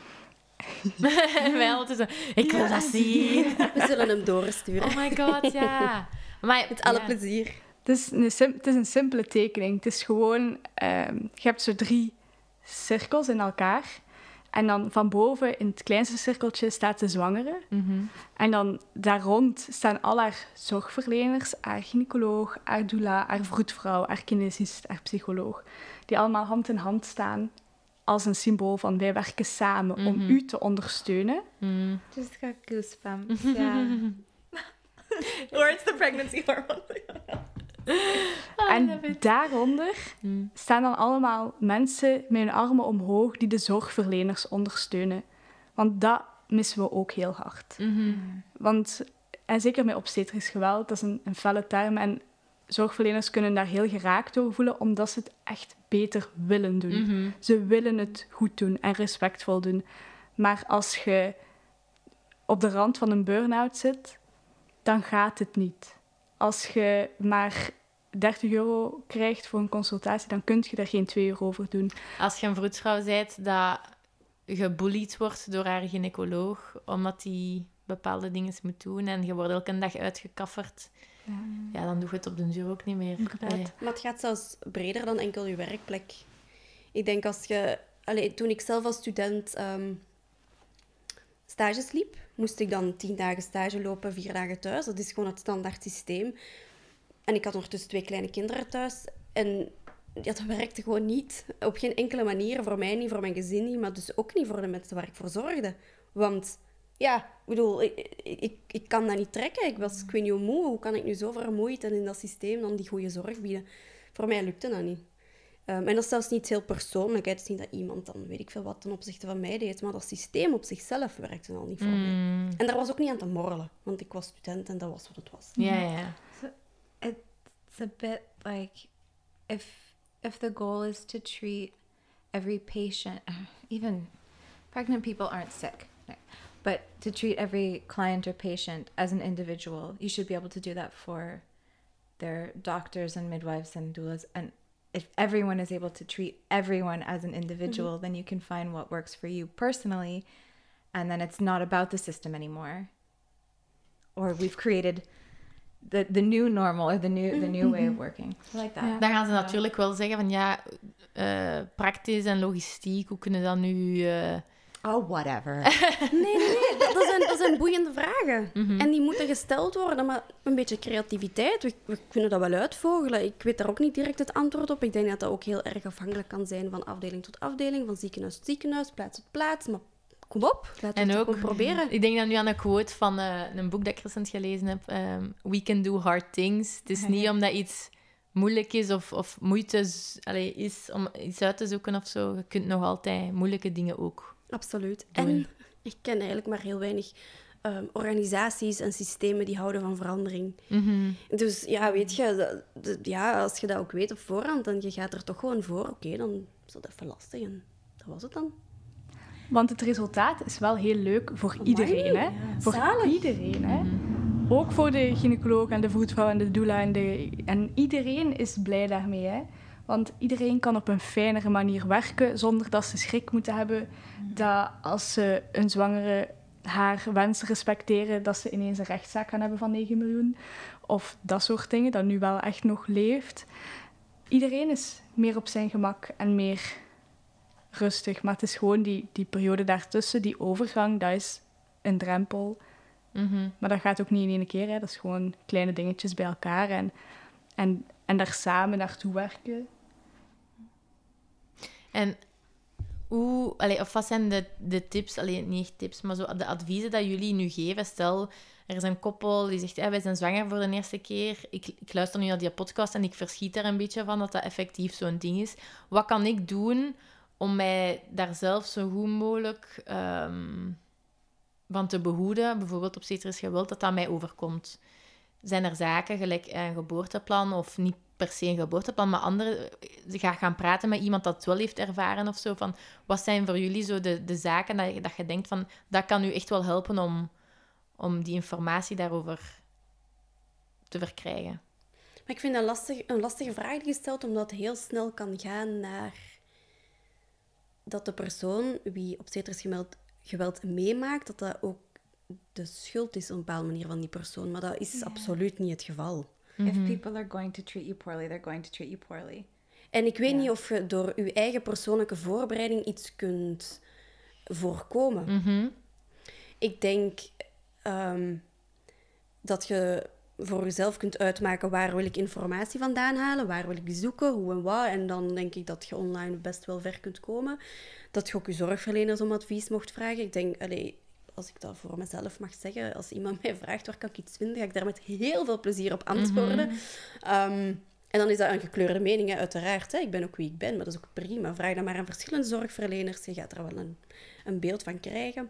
Wij altijd zo, ik wil ja. dat zien. We zullen hem doorsturen. Oh my god, ja. Maar, met alle ja. plezier. Het is, een sim- het is een simpele tekening. Het is gewoon, um, je hebt zo drie cirkels in elkaar. En dan van boven in het kleinste cirkeltje staat de zwangere. Mm-hmm. En dan daar rond staan al haar zorgverleners, haar gynaecoloog, haar doula, haar vroedvrouw, haar kinesist, haar psycholoog. Die allemaal hand in hand staan als een symbool van wij werken samen mm-hmm. om u te ondersteunen. Mm. Just got goosebumps, yeah. Or it's the pregnancy hormone. Oh, en daaronder mm. staan dan allemaal mensen met hun armen omhoog die de zorgverleners ondersteunen. Want dat missen we ook heel hard. Mm-hmm. Want, en zeker met obstetrisch geweld, dat is een, een felle term. En zorgverleners kunnen daar heel geraakt door voelen, omdat ze het echt beter willen doen. Mm-hmm. Ze willen het goed doen en respectvol doen. Maar als je op de rand van een burn-out zit, dan gaat het niet. Als je maar dertig euro krijgt voor een consultatie, dan kun je daar geen twee euro over doen. Als je een vroedvrouw bent dat gebullied wordt door haar gynaecoloog, omdat die bepaalde dingen moet doen en je wordt elke dag uitgekafferd, ja, ja dan doe je het op den duur ook niet meer. Maar het gaat zelfs breder dan enkel je werkplek. Ik denk als je... Allee, toen ik zelf als student um, stages liep, moest ik dan tien dagen stage lopen, vier dagen thuis. Dat is gewoon het standaard systeem. En ik had ondertussen twee kleine kinderen thuis. En ja, dat werkte gewoon niet. Op geen enkele manier. Voor mij niet, voor mijn gezin niet. Maar dus ook niet voor de mensen waar ik voor zorgde. Want ja, ik bedoel, ik, ik, ik kan dat niet trekken. Ik was, ik weet niet hoe moe. Hoe kan ik nu zo vermoeid en in dat systeem dan die goede zorg bieden? Voor mij lukte dat niet. Um, en dat is zelfs niet heel persoonlijk. Het is niet dat iemand dan, weet ik veel wat, ten opzichte van mij deed. Maar dat systeem op zichzelf werkte al niet voor mm. mij. En daar was ook niet aan te morrelen. Want ik was student en dat was wat het was. Ja, yeah, ja. Yeah. So it's a bit like... If, if the goal is to treat every patient... Even pregnant people aren't sick. No. But to treat every client or patient as an individual, you should be able to do that for their doctors and midwives and doulas. And if everyone is able to treat everyone as an individual, mm-hmm. then you can find what works for you personally. And then it's not about the system anymore. Or we've created the, the new normal or the new, the new mm-hmm. way of working. I like that. Ja. Dan gaan ze natuurlijk wel zeggen van ja, uh, praktisch en logistiek, hoe kunnen dat nu... Uh... Oh, whatever. nee, nee, nee. Dat, dat, zijn, dat zijn boeiende vragen. Mm-hmm. En die moeten gesteld worden, maar een beetje creativiteit. We, we kunnen dat wel uitvogelen. Ik weet daar ook niet direct het antwoord op. Ik denk dat dat ook heel erg afhankelijk kan zijn van afdeling tot afdeling, van ziekenhuis tot ziekenhuis, plaats tot plaats. Maar kom op, laten we het ook proberen. Ik denk dan nu aan een quote van uh, een boek dat ik recent gelezen heb. Um, We can do hard things. Het is ja, niet ja. omdat iets moeilijk is of, of moeite allee, is om iets uit te zoeken of zo. Je kunt nog altijd moeilijke dingen ook Absoluut. Doen. En ik ken eigenlijk maar heel weinig um, organisaties en systemen die houden van verandering. Mm-hmm. Dus ja, weet je, dat, dat, ja, als je dat ook weet op voorhand, dan je gaat er toch gewoon voor. Oké, okay, dan is dat even lastig en dat was het dan. Want het resultaat is wel heel leuk voor oh, iedereen, hè? Ja, voor zalig. iedereen, hè? Mm-hmm. Ook voor de gynaecoloog en de vroedvrouw en de doula en, de, en iedereen is blij daarmee, hè? Want iedereen kan op een fijnere manier werken zonder dat ze schrik moeten hebben dat als ze een zwangere haar wensen respecteren, dat ze ineens een rechtszaak gaan hebben van negen miljoen. Of dat soort dingen, dat nu wel echt nog leeft. Iedereen is meer op zijn gemak en meer rustig. Maar het is gewoon die, die periode daartussen, die overgang, dat is een drempel. Mm-hmm. Maar dat gaat ook niet in één keer. Hè. Dat is gewoon kleine dingetjes bij elkaar en, en, en daar samen naartoe werken. En hoe, allee, of wat zijn de, de tips, allee, niet echt tips, maar zo de adviezen dat jullie nu geven? Stel, er is een koppel die zegt, ja, wij zijn zwanger voor de eerste keer. Ik, ik luister nu naar die podcast en ik verschiet er een beetje van dat dat effectief zo'n ding is. Wat kan ik doen om mij daar zelf zo goed mogelijk um, van te behoeden? Bijvoorbeeld obstetrisch geweld, dat dat mij overkomt. Zijn er zaken, gelijk een geboorteplan of niet per se een geboorteplan, maar andere, ga gaan praten met iemand dat het wel heeft ervaren of zo, van wat zijn voor jullie zo de, de zaken dat je, dat je denkt van, dat kan u echt wel helpen om, om die informatie daarover te verkrijgen? Maar ik vind dat lastig, een lastige vraag die je stelt, omdat het heel snel kan gaan naar dat de persoon wie obstetrisch geweld, geweld meemaakt, dat dat ook de schuld is op een bepaalde manier van die persoon. Maar dat is yeah. absoluut niet het geval. Mm-hmm. If people are going to treat you poorly, they're going to treat you poorly. En ik weet yeah. niet of je door je eigen persoonlijke voorbereiding iets kunt voorkomen. Mm-hmm. Ik denk um, dat je voor jezelf kunt uitmaken waar wil ik informatie vandaan halen, waar wil ik die zoeken, hoe en wat. En dan denk ik dat je online best wel ver kunt komen. Dat je ook je zorgverleners om advies mocht vragen. Ik denk, allee, als ik dat voor mezelf mag zeggen, als iemand mij vraagt waar kan ik iets vinden, ga ik daar met heel veel plezier op antwoorden. Mm-hmm. Um, en dan is dat een gekleurde mening, hè, uiteraard. Hè. Ik ben ook wie ik ben, maar dat is ook prima. Vraag dan maar aan verschillende zorgverleners. Je gaat er wel een, een beeld van krijgen.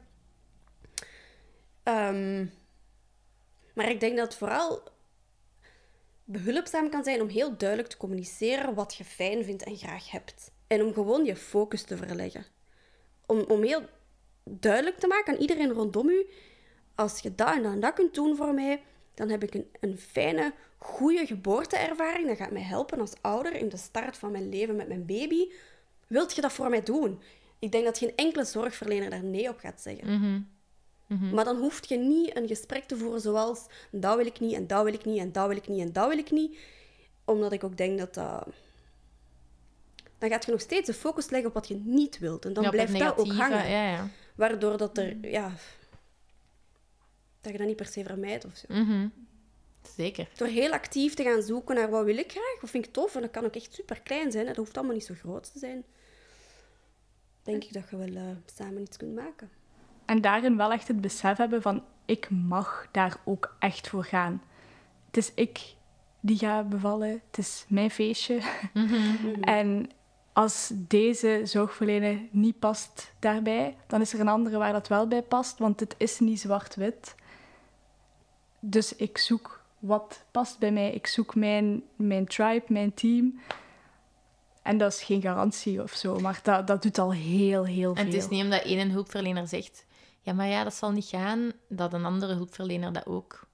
Um, maar ik denk dat het vooral behulpzaam kan zijn om heel duidelijk te communiceren wat je fijn vindt en graag hebt. En om gewoon je focus te verleggen. Om, om heel duidelijk te maken aan iedereen rondom u, als je dat en dat en dat kunt doen voor mij, dan heb ik een, een fijne, goede geboorteervaring. Dat gaat mij helpen als ouder in de start van mijn leven met mijn baby. Wilt je dat voor mij doen? Ik denk dat geen enkele zorgverlener daar nee op gaat zeggen. Mm-hmm. Mm-hmm. Maar dan hoef je niet een gesprek te voeren zoals dat wil ik niet, en dat wil ik niet, en dat wil ik niet, en dat wil ik niet. Omdat ik ook denk dat dat... Dan gaat je nog steeds de focus leggen op wat je niet wilt. En dan ja, blijft dat ook hangen. Ja, ja. Waardoor dat er... Ja, dat je dat niet per se vermijdt of zo. Mm-hmm. Zeker. Door heel actief te gaan zoeken naar wat wil ik graag, wat vind ik tof. En dat kan ook echt super klein zijn. Hè. Dat hoeft allemaal niet zo groot te zijn. Denk ik dat je wel uh, samen iets kunt maken. En daarin wel echt het besef hebben van, ik mag daar ook echt voor gaan. Het is ik die ga bevallen. Het is mijn feestje. Mm-hmm. En als deze zorgverlener niet past daarbij, dan is er een andere waar dat wel bij past, want het is niet zwart-wit. Dus ik zoek wat past bij mij. Ik zoek mijn, mijn tribe, mijn team. En dat is geen garantie of zo, maar dat, dat doet al heel, heel veel. En het is niet omdat één hulpverlener zegt, ja, maar ja, dat zal niet gaan, dat een andere hulpverlener dat ook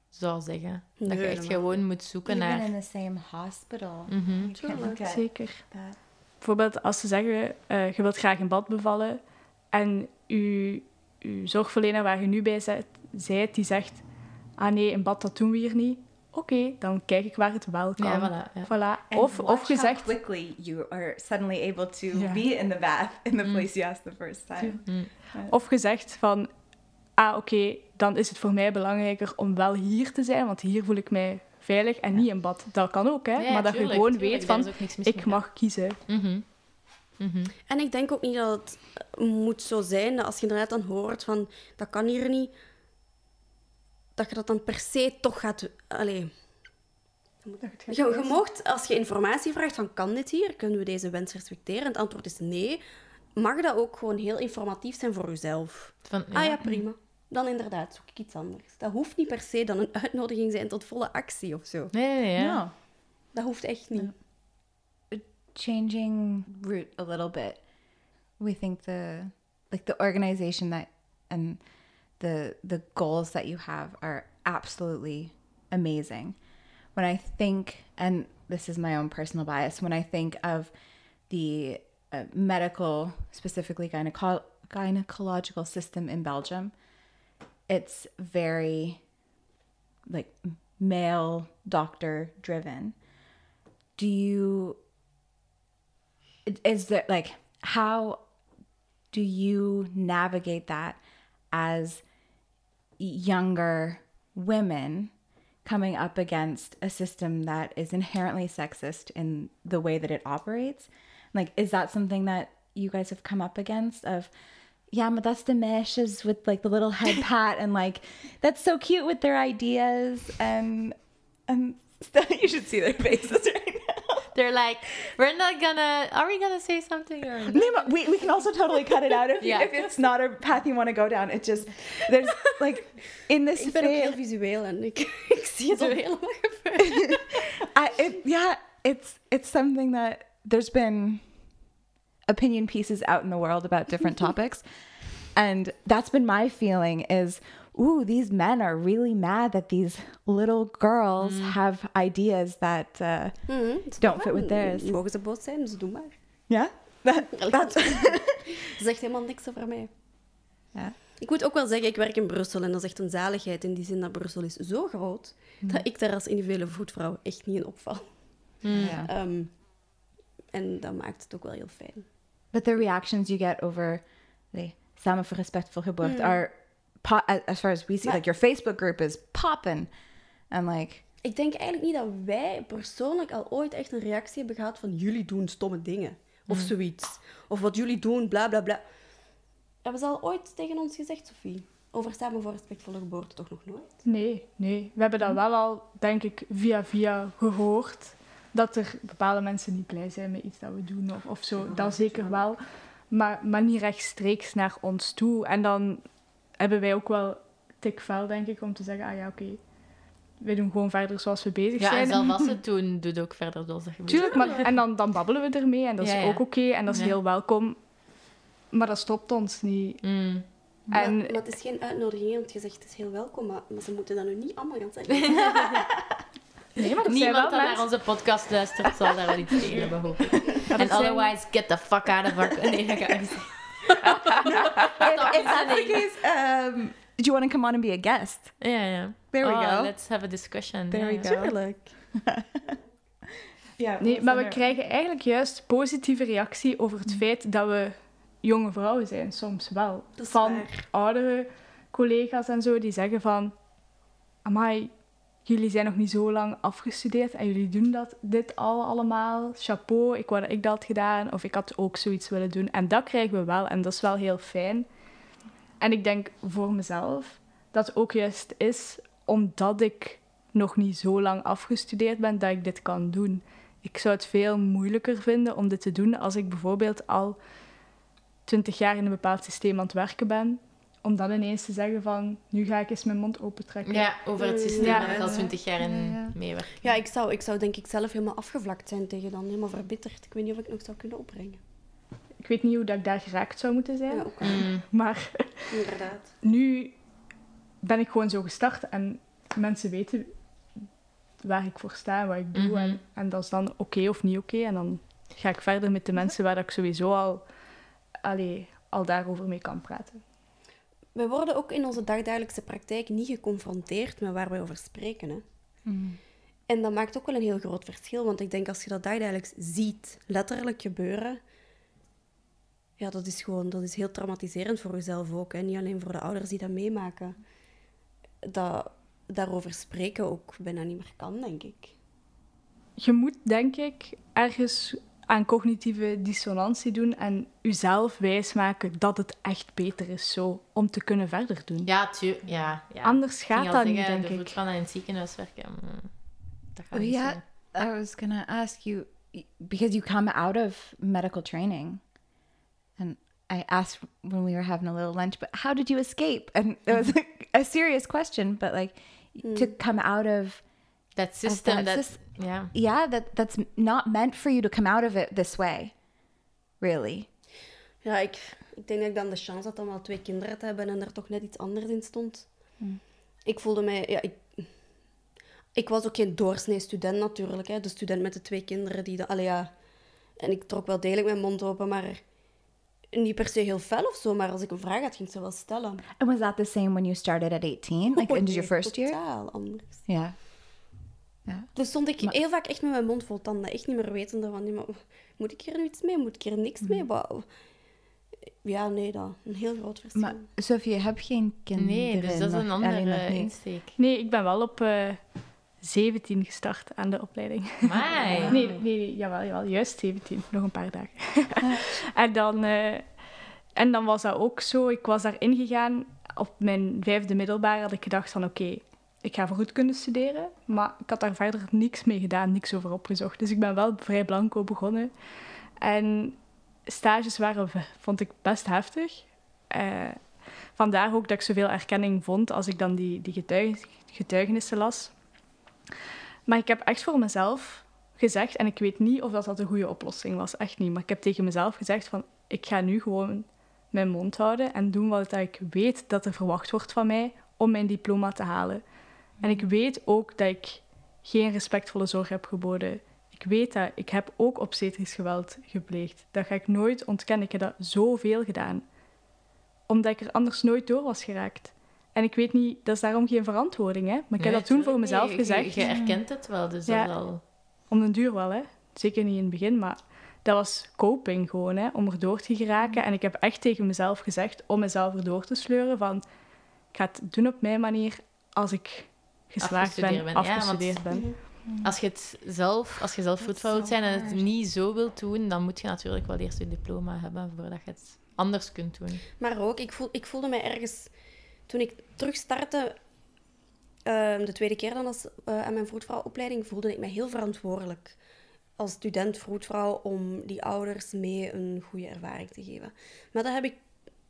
zou zeggen. Nee, dat je echt helemaal gewoon moet zoeken Even naar... in the same hospital. Mhm. You can't look at Zeker. that. Bijvoorbeeld als ze zeggen, uh, je wilt graag een bad bevallen en je, je zorgverlener waar je nu bij zit, zijt, die zegt, ah nee, een bad dat doen we hier niet. Oké, okay, dan kijk ik waar het wel kan. Ja, voilà. Ja. Voilà. And Of, of je zegt... how quickly you are suddenly able to Yeah. be in the bath in the Mm. place you asked the first time. Mm. Of je zegt van, ah oké, okay, dan is het voor mij belangrijker om wel hier te zijn, want hier voel ik mij veilig en niet in bad. Dat kan ook, hè. Ja, maar dat tuurlijk, je gewoon tuurlijk, weet daar van, is ook niks mis ik mee. mag kiezen. Mhm. Mhm. En ik denk ook niet dat het moet zo zijn dat als je inderdaad dan hoort van dat kan hier niet, dat je dat dan per se toch gaat... Allee. Je, je mocht, als je informatie vraagt van kan dit hier, kunnen we deze wens respecteren? En het antwoord is nee. Mag dat ook gewoon heel informatief zijn voor jezelf? Van, Ah ja, prima. Dan inderdaad, zoek ik iets anders. Dat hoeft niet per se dan een uitnodiging zijn tot volle actie of zo. Nee, nee, nee. Ja. No. Dat hoeft echt niet. Changing route a little bit. We think the like the organization that and the the goals that you have are absolutely amazing. When I think, and this is my own personal bias, when I think of the uh, medical, specifically gyneco- gynecological system in Belgium, it's very like male doctor driven. Do you, is there like, how do you navigate that as younger women coming up against a system that is inherently sexist in the way that it operates? Like, is that something that you guys have come up against of, yeah, but that's the meshes with like the little head pat and like, that's so cute with their ideas and, and you should see their faces right now. They're like, we're not gonna, are we gonna say something or not? Nee, maar we, we can also totally cut it out if, Yeah. if it's not a path you want to go down. It just, there's like, in this Ik ben ook heel space, visueel en ik, ik zie het zo helemaal gebeuren. I, it, yeah, it's it's something that there's been opinion pieces out in the world about different topics, and that's been my feeling is, ooh, these men are really mad that these little girls have ideas that uh, Mhm, don't fit with theirs. Mogen ze boos zijn, dus doe maar. Yeah, that, that's Ze zegt helemaal niks over mij. ja. Ik moet ook wel zeggen, ik werk in Brussel en dat is echt een zaligheid in die zin dat Brussel is zo groot dat ik daar als individuele voetvrouw echt niet in opval. Ja. Ehm, en dat maakt het ook wel heel fijn. But the reactions you get over the Samen voor Respectvol Geboorte are, po- as as far as we see, Maar- like your Facebook group is popping. And like, Ik denk eigenlijk niet dat wij persoonlijk al ooit echt een reactie hebben gehad van jullie doen stomme dingen. Of zoiets. Of wat jullie doen, bla bla bla. Hebben ze al ooit tegen ons gezegd, Sophie? Over Samen voor Respectvolle Geboorte toch nog nooit? Nee, nee. We hebben dat wel al, denk ik, via via gehoord. Dat er bepaalde mensen niet blij zijn met iets dat we doen of, of zo. Dat zeker wel. Maar, maar niet rechtstreeks naar ons toe. En dan hebben wij ook wel tik vuil, denk ik, om te zeggen, ah ja, oké. Okay, wij doen gewoon verder zoals we bezig Ja, en zijn. zelfs als ze het doen, doe het ook verder zoals dat gebeurt. Tuurlijk, maar, en dan, dan babbelen we ermee en dat is Ja, ja. ook oké okay, en dat is Ja. heel welkom. Maar dat stopt ons niet. Mm. En, Maar, maar het is geen uitnodiging, want je zegt het is heel welkom, maar, maar ze moeten dat nu niet allemaal gaan zeggen. nee, maar er zijn Niemand wel dat naar mensen... onze podcast luistert, zal daar wel iets tegen hebben, hoop ik. Ja, En dat zijn- otherwise, get the fuck out of our... Nee, dat ga ik niet zeggen. if, if that's the case, um, do you want to come on and be a guest? Ja, ja. There we Oh, go. Let's have a discussion. There Ja, we ja. go. Tuurlijk. Yeah, Nee, maar we krijgen eigenlijk juist positieve reactie over het feit dat we jonge vrouwen zijn, soms wel. Dat is Van waar. oudere collega's en zo, die zeggen van... Amai, jullie zijn nog niet zo lang afgestudeerd en jullie doen dat, dit al allemaal. Chapeau, ik wou dat ik dat had gedaan. Of ik had ook zoiets willen doen. En dat krijgen we wel en dat is wel heel fijn. En ik denk voor mezelf dat het ook juist is omdat ik nog niet zo lang afgestudeerd ben, dat ik dit kan doen. Ik zou het veel moeilijker vinden om dit te doen als ik bijvoorbeeld al twintig jaar in een bepaald systeem aan het werken ben. Om dan ineens te zeggen van, nu ga ik eens mijn mond opentrekken. Ja, over het systeem Ja. waar ik al twintig jaar in Ja, ja. meewerk. Ja, ik zou, ik zou denk ik zelf helemaal afgevlakt zijn tegen dan, helemaal verbitterd. Ik weet niet of ik nog zou kunnen opbrengen. Ik weet niet hoe dat ik daar geraakt zou moeten zijn. Ja, ook Mm. Maar inderdaad. nu ben ik gewoon zo gestart. En mensen weten waar ik voor sta, wat ik doe. Mm-hmm. En, en dat is dan oké okay of niet oké. Okay. En dan ga ik verder met de mensen waar ik sowieso al, allee, al daarover mee kan praten. We worden ook in onze dagdagelijkse praktijk niet geconfronteerd met waar wij over spreken. Hè? Mm. En dat maakt ook wel een heel groot verschil. Want ik denk, als je dat dagdagelijks ziet, letterlijk gebeuren... Ja, dat is gewoon dat is heel traumatiserend voor jezelf ook. Hè? Niet alleen voor de ouders die dat meemaken. Dat daarover spreken ook bijna niet meer kan, denk ik. Je moet, denk ik, ergens aan cognitieve dissonantie doen en jezelf wijsmaken dat het echt beter is zo, om te kunnen verder doen. Ja, tu- ja, ja. Anders gaat dat dat zeggen, niet, denk de ik. voetvrouw in het ziekenhuis werken, mm, dat gaat Oh, niet yeah, zo. I was gonna ask you, because you come out of medical training, and I asked when we were having a little lunch, but how did you escape? And it was like a serious question, but like Mm. to come out of Dat system, that dat... sys- ja. yeah, that that's not meant for you to come out of it this way, really. Ja, ik, ik denk dat ik dan de chance had om al twee kinderen te hebben en er toch net iets anders in stond. Mm. Ik voelde mij... Ja, ik, ik was ook geen doorsnee student natuurlijk. Hè. De student met de twee kinderen die... De, allee, ja, en ik trok wel degelijk mijn mond open, maar niet per se heel fel of zo. Maar als ik een vraag had, ging ik ze wel stellen. And was that the same when you started at eighteen, like Oh, into nee, your first year? totaal anders. Yeah. Dus stond ik Maar- heel vaak echt met mijn mond vol tanden. Echt niet meer wetende van... nee, maar moet ik hier nu iets mee? Moet ik hier niks mee? Wauw. Ja, nee, dat. Een heel groot verschil. Maar Sophie, je hebt geen kinderen. Nee, dus dat is een nog- andere alleen nog niet. insteek. Nee, ik ben wel op uh, zeventien gestart aan de opleiding. Amai. Nee, nee, nee, jawel, jawel, juist zeventien. Nog een paar dagen. en, dan, uh, en dan was dat ook zo. Ik was daarin gegaan. Op mijn vijfde middelbaar had ik gedacht van oké, okay, ik ga voorgoedkunde studeren. Maar ik had daar verder niks mee gedaan, niks over opgezocht. Dus ik ben wel vrij blanco begonnen. En stages waren, vond ik best heftig. Uh, vandaar ook dat ik zoveel erkenning vond als ik dan die, die getuig, getuigenissen las. Maar ik heb echt voor mezelf gezegd, en ik weet niet of dat, dat een goede oplossing was, echt niet. Maar ik heb tegen mezelf gezegd van, ik ga nu gewoon mijn mond houden en doen wat ik weet dat er verwacht wordt van mij om mijn diploma te halen. En ik weet ook dat ik geen respectvolle zorg heb geboden. Ik weet dat. Ik heb ook obstetrisch geweld gepleegd. Dat ga ik nooit ontkennen. Ik heb dat zoveel gedaan. Omdat ik er anders nooit door was geraakt. En ik weet niet, dat is daarom geen verantwoording, hè. Maar ik Nee, heb dat toen voor tuurlijk mezelf niet. gezegd. Je, je erkent het wel, dus Ja. dat is al... Om den duur wel, hè. Zeker niet in het begin, maar dat was coping gewoon, hè. Om erdoor te geraken. En ik heb echt tegen mezelf gezegd, om mezelf erdoor te sleuren, van... Ik ga het doen op mijn manier als ik geslaagd ben, Afgestudeerd ben. Ja, afgestudeerd want- ben. Als je het zelf, als je zelf voetvrouw wilt zijn en het niet zo wilt doen, dan moet je natuurlijk wel eerst je diploma hebben voordat je het anders kunt doen. Maar ook, ik, voel, ik voelde mij ergens... Toen ik terug startte, uh, de tweede keer dan als, uh, aan mijn vroedvrouwopleiding, voelde ik mij heel verantwoordelijk als student vroedvrouw om die ouders mee een goede ervaring te geven. Maar dat heb ik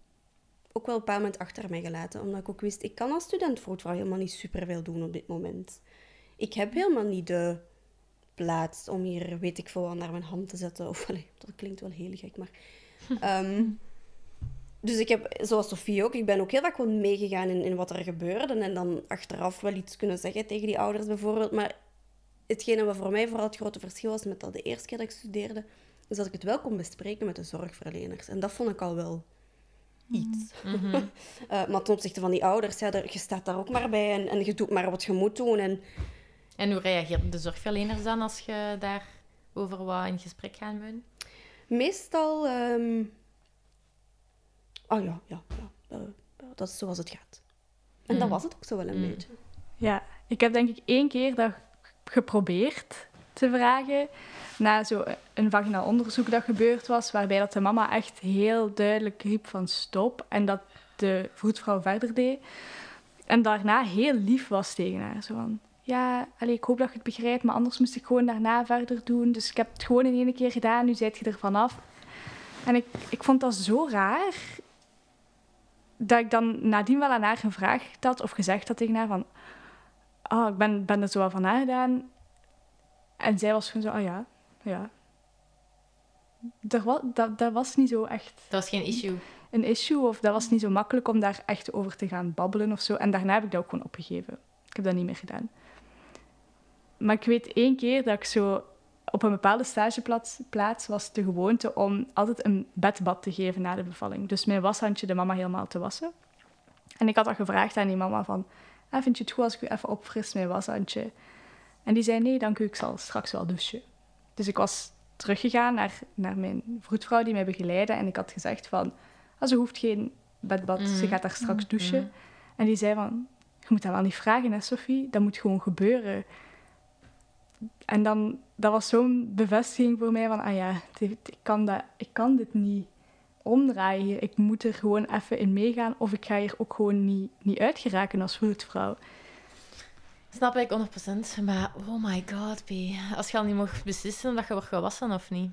ook wel een paar momenten achter mij gelaten, omdat ik ook wist, ik kan als student vroedvrouw helemaal niet superveel doen op dit moment. Ik heb helemaal niet de plaats om hier, weet ik veel, wat naar mijn hand te zetten. Of, allez, dat klinkt wel heel gek, maar... Um, dus ik heb, zoals Sophie ook, ik ben ook heel vaak gewoon meegegaan in, in wat er gebeurde. En dan achteraf wel iets kunnen zeggen tegen die ouders bijvoorbeeld. Maar hetgene wat voor mij vooral het grote verschil was met dat de eerste keer dat ik studeerde, is dat ik het wel kon bespreken met de zorgverleners. En dat vond ik al wel iets. Mm-hmm. uh, maar ten opzichte van die ouders, ja, er, je staat daar ook maar bij en, en je doet maar wat je moet doen. En, En hoe reageerden de zorgverleners dan als je daarover wat in gesprek gaan bent? meestal... Um... Oh ja, ja, ja. Uh, dat is zoals het gaat. En Mm. dat was het ook zo wel een Mm. beetje. Ja, ik heb denk ik één keer dat geprobeerd te vragen na zo een vaginaal onderzoek dat gebeurd was, waarbij dat de mama echt heel duidelijk riep van stop en dat de vroedvrouw verder deed. En daarna heel lief was tegen haar. Zo van, ja, allez, ik hoop dat je het begrijpt, maar anders moest ik gewoon daarna verder doen. Dus ik heb het gewoon in één keer gedaan, nu zijt je er vanaf. En ik, ik vond dat zo raar, dat ik dan nadien wel aan haar gevraagd had, of gezegd had tegen haar van, oh, ik ben, ben er zo wel van aangedaan. En zij was gewoon zo, oh ja, ja. Dat was, dat, dat was niet zo echt Dat was geen issue. een issue, of dat was niet zo makkelijk om daar echt over te gaan babbelen of zo. En daarna heb ik dat ook gewoon opgegeven. Ik heb heb dat niet meer gedaan. Maar ik weet één keer dat ik zo... Op een bepaalde stageplaats plaats was het de gewoonte om altijd een bedbad te geven na de bevalling. Dus mijn washandje de mama helemaal te wassen. En ik had dat gevraagd aan die mama van... Ah, vind je het goed als ik u even opfris mijn washandje? En die zei, nee, dank u, ik zal straks wel douchen. Dus ik was teruggegaan naar, naar mijn vroedvrouw die mij begeleidde. En ik had gezegd van... Ah, ze hoeft geen bedbad, mm. ze gaat daar straks douchen. Mm. En die zei van... Je moet dat wel niet vragen, hè, Sophie? Dat moet gewoon gebeuren. En dan... Dat was zo'n bevestiging voor mij van... Ah ja, ik kan, dat, ik kan dit niet omdraaien. Ik moet er gewoon even in meegaan. Of ik ga hier ook gewoon niet, niet uitgeraken als vroedvrouw. Snap ik honderd procent. Maar oh my god, B. Als je al niet mag beslissen dat je wordt gewassen of niet.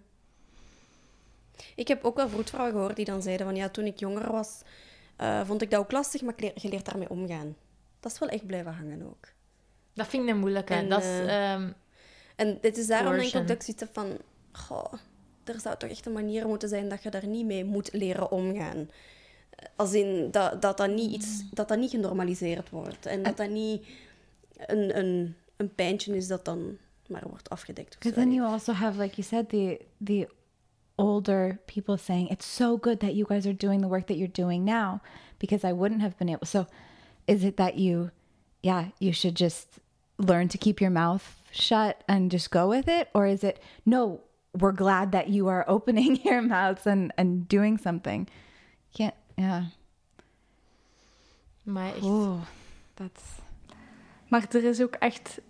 Ik heb ook wel vroedvrouwen gehoord die dan zeiden van... Ja, toen ik jonger was, uh, vond ik dat ook lastig, maar je leert daarmee omgaan. Dat is wel echt blijven hangen ook. Dat vind ik een moeilijke. En, dat is, uh, um, en het is daarom denk ik ook dat ik zoiets heb van... Goh, er zou toch echt een manier moeten zijn dat je daar niet mee moet leren omgaan. Als in dat dat, dat, niet, iets, dat, dat niet genormaliseerd wordt. En dat dat niet een, een, een pijntje is dat dan maar wordt afgedekt. Because then you also have, like you said, the the older people saying, it's so good that you guys are doing the work that you're doing now, because I wouldn't have been able... So is it that you, yeah, you should just learn to keep your mouth shut and just go with it? Or is it, no, we're glad that you are opening your mouths and, and doing something? Can't, yeah. Maar echt... Oeh, that's... Maar er is ook echt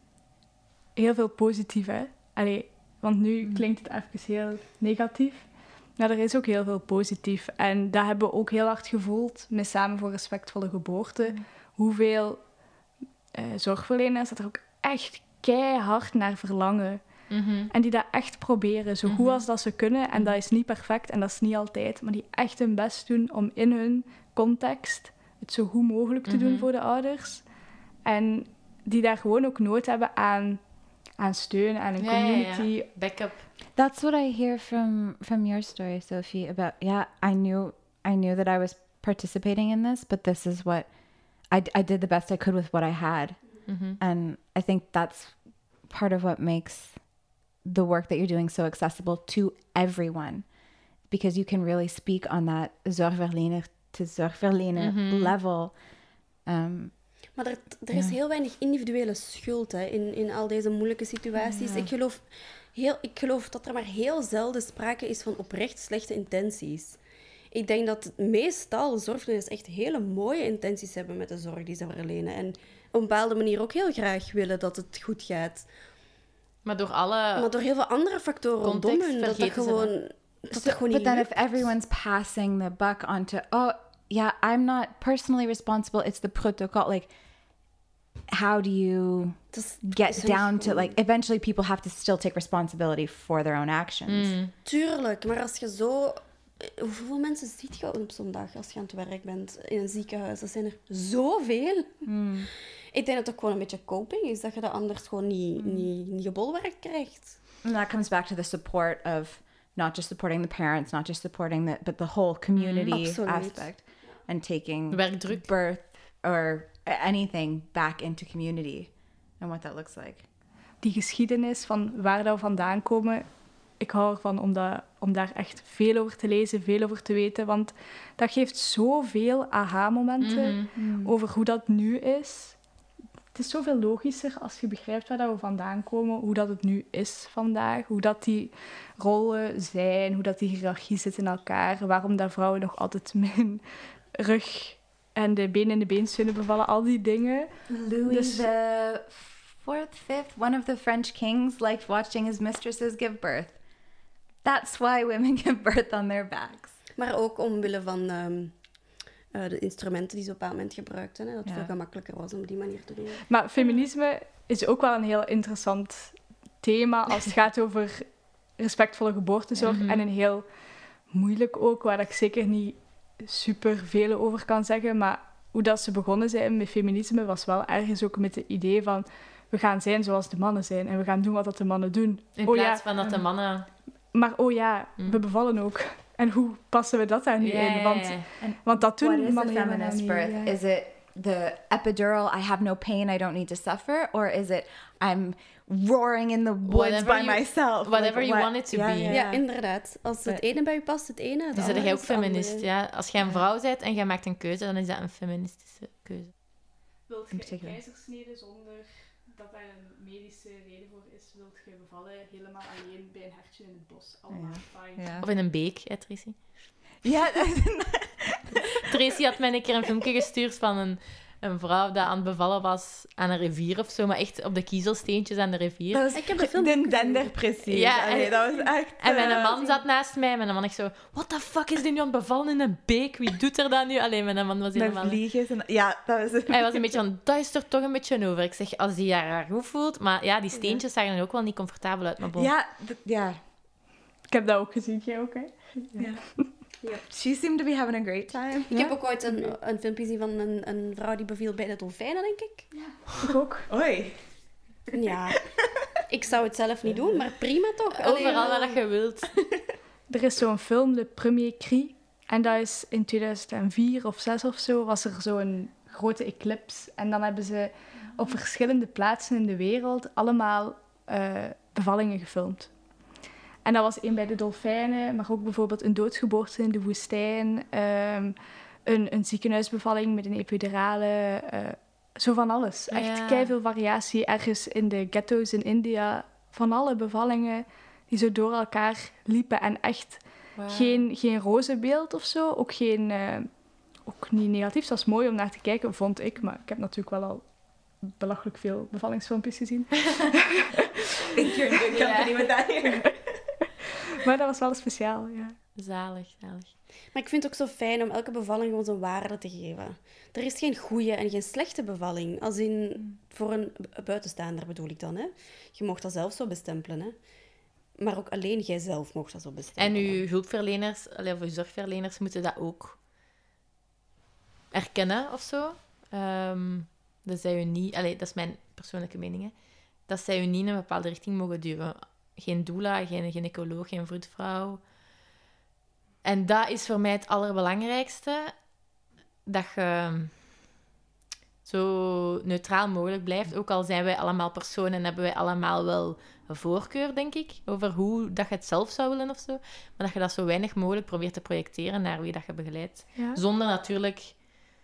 heel veel positief, hè? Allee, want nu klinkt het even heel negatief. Maar er is ook heel veel positief. En dat hebben we ook heel hard gevoeld met Samen voor Respectvolle Geboorte. Mm. Hoeveel uh, zorgverleners dat er ook echt keihard naar verlangen. Mm-hmm. En die dat echt proberen, zo mm-hmm. goed als dat ze kunnen. En dat is niet perfect en dat is niet altijd. Maar die echt hun best doen om in hun context het zo goed mogelijk te mm-hmm. doen voor de ouders. En die daar gewoon ook nood hebben aan, aan steun, aan een ja, community. Ja, ja. Backup. That's what I hear from, from your story, Sophie, about, yeah, I knew I knew that I was participating in this, but this is what, I, I did the best I could with what I had. Mm-hmm. And I think that's part of what makes the work that you're doing so accessible to everyone. Because you can really speak on that zorgverlener to zorgverlener mm-hmm. level. Um, Maar er, er is ja. heel weinig individuele schuld hè, in, in al deze moeilijke situaties. Ja. Ik, geloof heel, ik geloof dat er maar heel zelden sprake is van oprecht slechte intenties. Ik denk dat meestal zorgverleners echt hele mooie intenties hebben met de zorg die ze verlenen. En op een bepaalde manier ook heel graag willen dat het goed gaat. Maar door alle... Maar door heel veel andere factoren rondom hun, dat dat gewoon... Dat so, dat gewoon but niet then lukt. If everyone's passing the buck onto... Oh, yeah, I'm not personally responsible. It's the protocol. Like, how do you dus, get down to, like, eventually people have to still take responsibility for their own actions. Mm. Tuurlijk, maar als je zo... Hoeveel mensen ziet je op zo'n dag als je aan het werk bent in een ziekenhuis? Dat zijn er zoveel. Mm. Ik denk dat het ook gewoon een beetje coping is, dat je dat anders gewoon niet, mm. niet, niet gebolwerkt krijgt. And that comes back to the support of not just supporting the parents, not just supporting the, but the whole community mm. aspect. And taking werkdruk. Birth or anything back into community and what that looks like. Die geschiedenis van waar dat we vandaan komen, ik hou ervan om, dat, om daar echt veel over te lezen, veel over te weten, want dat geeft zoveel aha-momenten mm-hmm. over hoe dat nu is. Het is zoveel logischer als je begrijpt waar dat we vandaan komen, hoe dat het nu is vandaag, hoe dat die rollen zijn, hoe dat die hiërarchie zit in elkaar, waarom dat vrouwen nog altijd mijn rug en de benen in de beensteunen bevallen, al die dingen. Louis dus, the fourth, fifth, one of the French kings liked watching his mistresses give birth. That's why women give birth on their backs. Maar ook omwille van um, uh, de instrumenten die ze op een bepaald moment gebruikten. Hè, dat het ja. veel gemakkelijker was om op die manier te doen. Maar feminisme is ook wel een heel interessant thema als het gaat over respectvolle geboortezorg. Mm-hmm. En een heel moeilijk ook, waar ik zeker niet super veel over kan zeggen. Maar hoe dat ze begonnen zijn met feminisme was wel ergens ook met het idee van we gaan zijn zoals de mannen zijn en we gaan doen wat dat de mannen doen. In oh, plaats ja. van dat de mannen... Maar oh ja, mm. we bevallen ook. En hoe passen we dat daar nu yeah, in? Want, yeah, yeah. want dat doen what is mannen a feminist niet. birth? Ja. Is it the epidural, I have no pain, I don't need to suffer? Or is it, I'm roaring in the woods Whatever by you- myself? whatever Like, you what- want it to ja, be. Ja, Ja, ja. inderdaad. Als het ene bij je past, het ene. Het Dus andere ben jij ook is het andere. feminist, ja. Als jij een vrouw bent en jij maakt een keuze, dan is dat een feministische keuze. Wilt In je een particular. keizersnede zonder dat daar een medische reden voor is? Wilt je bevallen helemaal alleen bij een hertje in het bos? Allemaal fijn. Ja. Of in een beek, hè, Tracy? Ja, Tracy had mij een keer een filmpje gestuurd van een, een vrouw die aan het bevallen was aan een rivier of zo, maar echt op de kiezelsteentjes aan de rivier. dat was Ik heb de film de ook gezien. dender precies. Ja, Allee, en- dat was echt... En mijn eh, man zat naast mij en mijn man echt zo... What the fuck is die nu aan het bevallen in een beek? Wie doet er dat nu? Alleen mijn man was Met helemaal... vliegjes en... Ja, dat was... Hij was een beetje van, dat is er toch een beetje over. Ik zeg, als die haar goed voelt... Maar ja, die steentjes zagen er ook wel niet comfortabel uit, maar bon. Ja, d- ja. Ik heb dat ook gezien, jij ook, hè? Ja. She seemed to be having a great time. Ik heb ook ooit een, een filmpje gezien van een, een vrouw die beviel bij de dolfijnen, denk ik. Ik ook. Oei. Ja. Ik zou het zelf niet doen, maar prima toch? Allee, Overal waar dat je wilt. Er is zo'n film, Le Premier Cri. En dat is in tweeduizend vier of zes of zo, was er zo'n grote eclipse. En dan hebben ze op verschillende plaatsen in de wereld allemaal eh, bevallingen gefilmd. En dat was één bij de dolfijnen, maar ook bijvoorbeeld een doodsgeboorte in de woestijn. ehm, een, een ziekenhuisbevalling met een epidurale. eh, zo van alles. Echt Ja. keiveel variatie. Ergens in de ghetto's in India. Van alle bevallingen die zo door elkaar liepen. En echt Wow. geen, geen roze beeld of zo. Ook, geen, eh, ook niet negatief. Dat was mooi om naar te kijken, vond ik. Maar ik heb natuurlijk wel al belachelijk veel bevallingsfilmpjes gezien. I think you're in good company with that here. Maar dat was wel speciaal, ja. Zalig, zalig. Maar ik vind het ook zo fijn om elke bevalling gewoon zijn waarde te geven. Er is geen goede en geen slechte bevalling. Als in, voor een bu- buitenstaander bedoel ik dan. Hè. Je mocht dat zelf zo bestempelen. Hè. Maar ook alleen jijzelf mocht dat zo En bestempelen. uw hulpverleners, allee, of uw zorgverleners, moeten dat ook erkennen of zo. Ehm, dat zij u niet... Allee, dat is mijn persoonlijke mening, hè. Dat zij u niet in een bepaalde richting mogen duwen. Geen doula, geen gynaecoloog, geen vroedvrouw. En dat is voor mij het allerbelangrijkste. Dat je zo neutraal mogelijk blijft. Ook al zijn wij allemaal personen en hebben wij allemaal wel een voorkeur, denk ik, over hoe dat je het zelf zou willen of zo. Maar dat je dat zo weinig mogelijk probeert te projecteren naar wie dat je begeleidt. ja. Zonder natuurlijk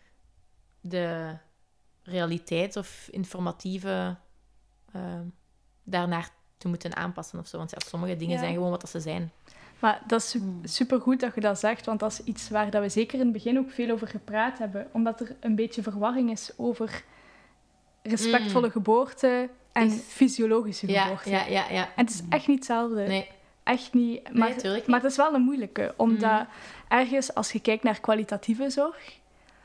de realiteit of informatieve uh, daarnaar te moeten aanpassen of zo. Want ja, sommige dingen Ja. zijn gewoon wat dat ze zijn. Maar dat is supergoed dat je dat zegt, want dat is iets waar dat we zeker in het begin ook veel over gepraat hebben. Omdat er een beetje verwarring is over respectvolle Mm. geboorte en Is- fysiologische Ja, geboorte. ja, ja, ja. En het is echt niet hetzelfde. Nee, Echt niet. Maar, nee tuurlijk maar niet. het is wel een moeilijke, omdat Mhm. ergens, als je kijkt naar kwalitatieve zorg,